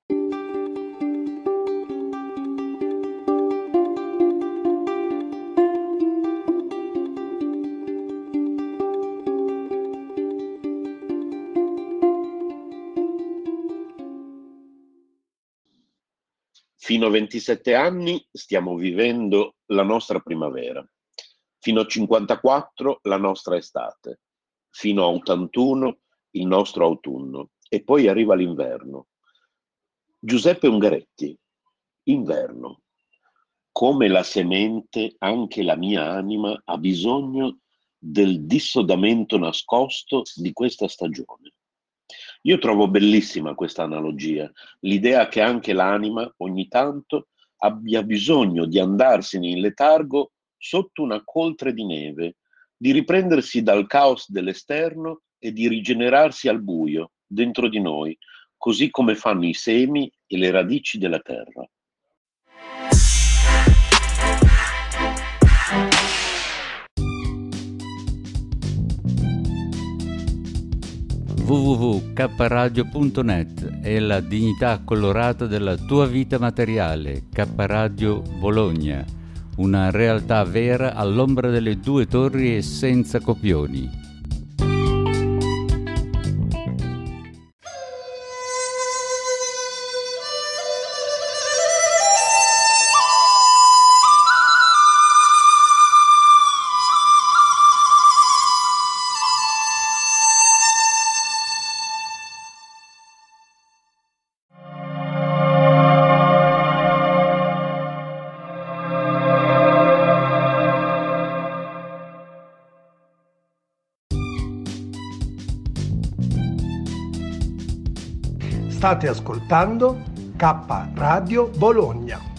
Fino a ventisette anni stiamo vivendo la nostra primavera, fino a cinquantaquattro la nostra estate, fino a ottantuno il nostro autunno e poi arriva l'inverno. Giuseppe Ungaretti, inverno. Come la semente, anche la mia anima ha bisogno del dissodamento nascosto di questa stagione. Io trovo bellissima questa analogia, l'idea che anche l'anima ogni tanto abbia bisogno di andarsene in letargo sotto una coltre di neve, di riprendersi dal caos dell'esterno e di rigenerarsi al buio dentro di noi, così come fanno i semi e le radici della terra. w w w punto k radio punto net è la dignità colorata della tua vita materiale. K Radio Bologna, una realtà vera all'ombra delle due torri e senza copioni. State ascoltando K Radio Bologna.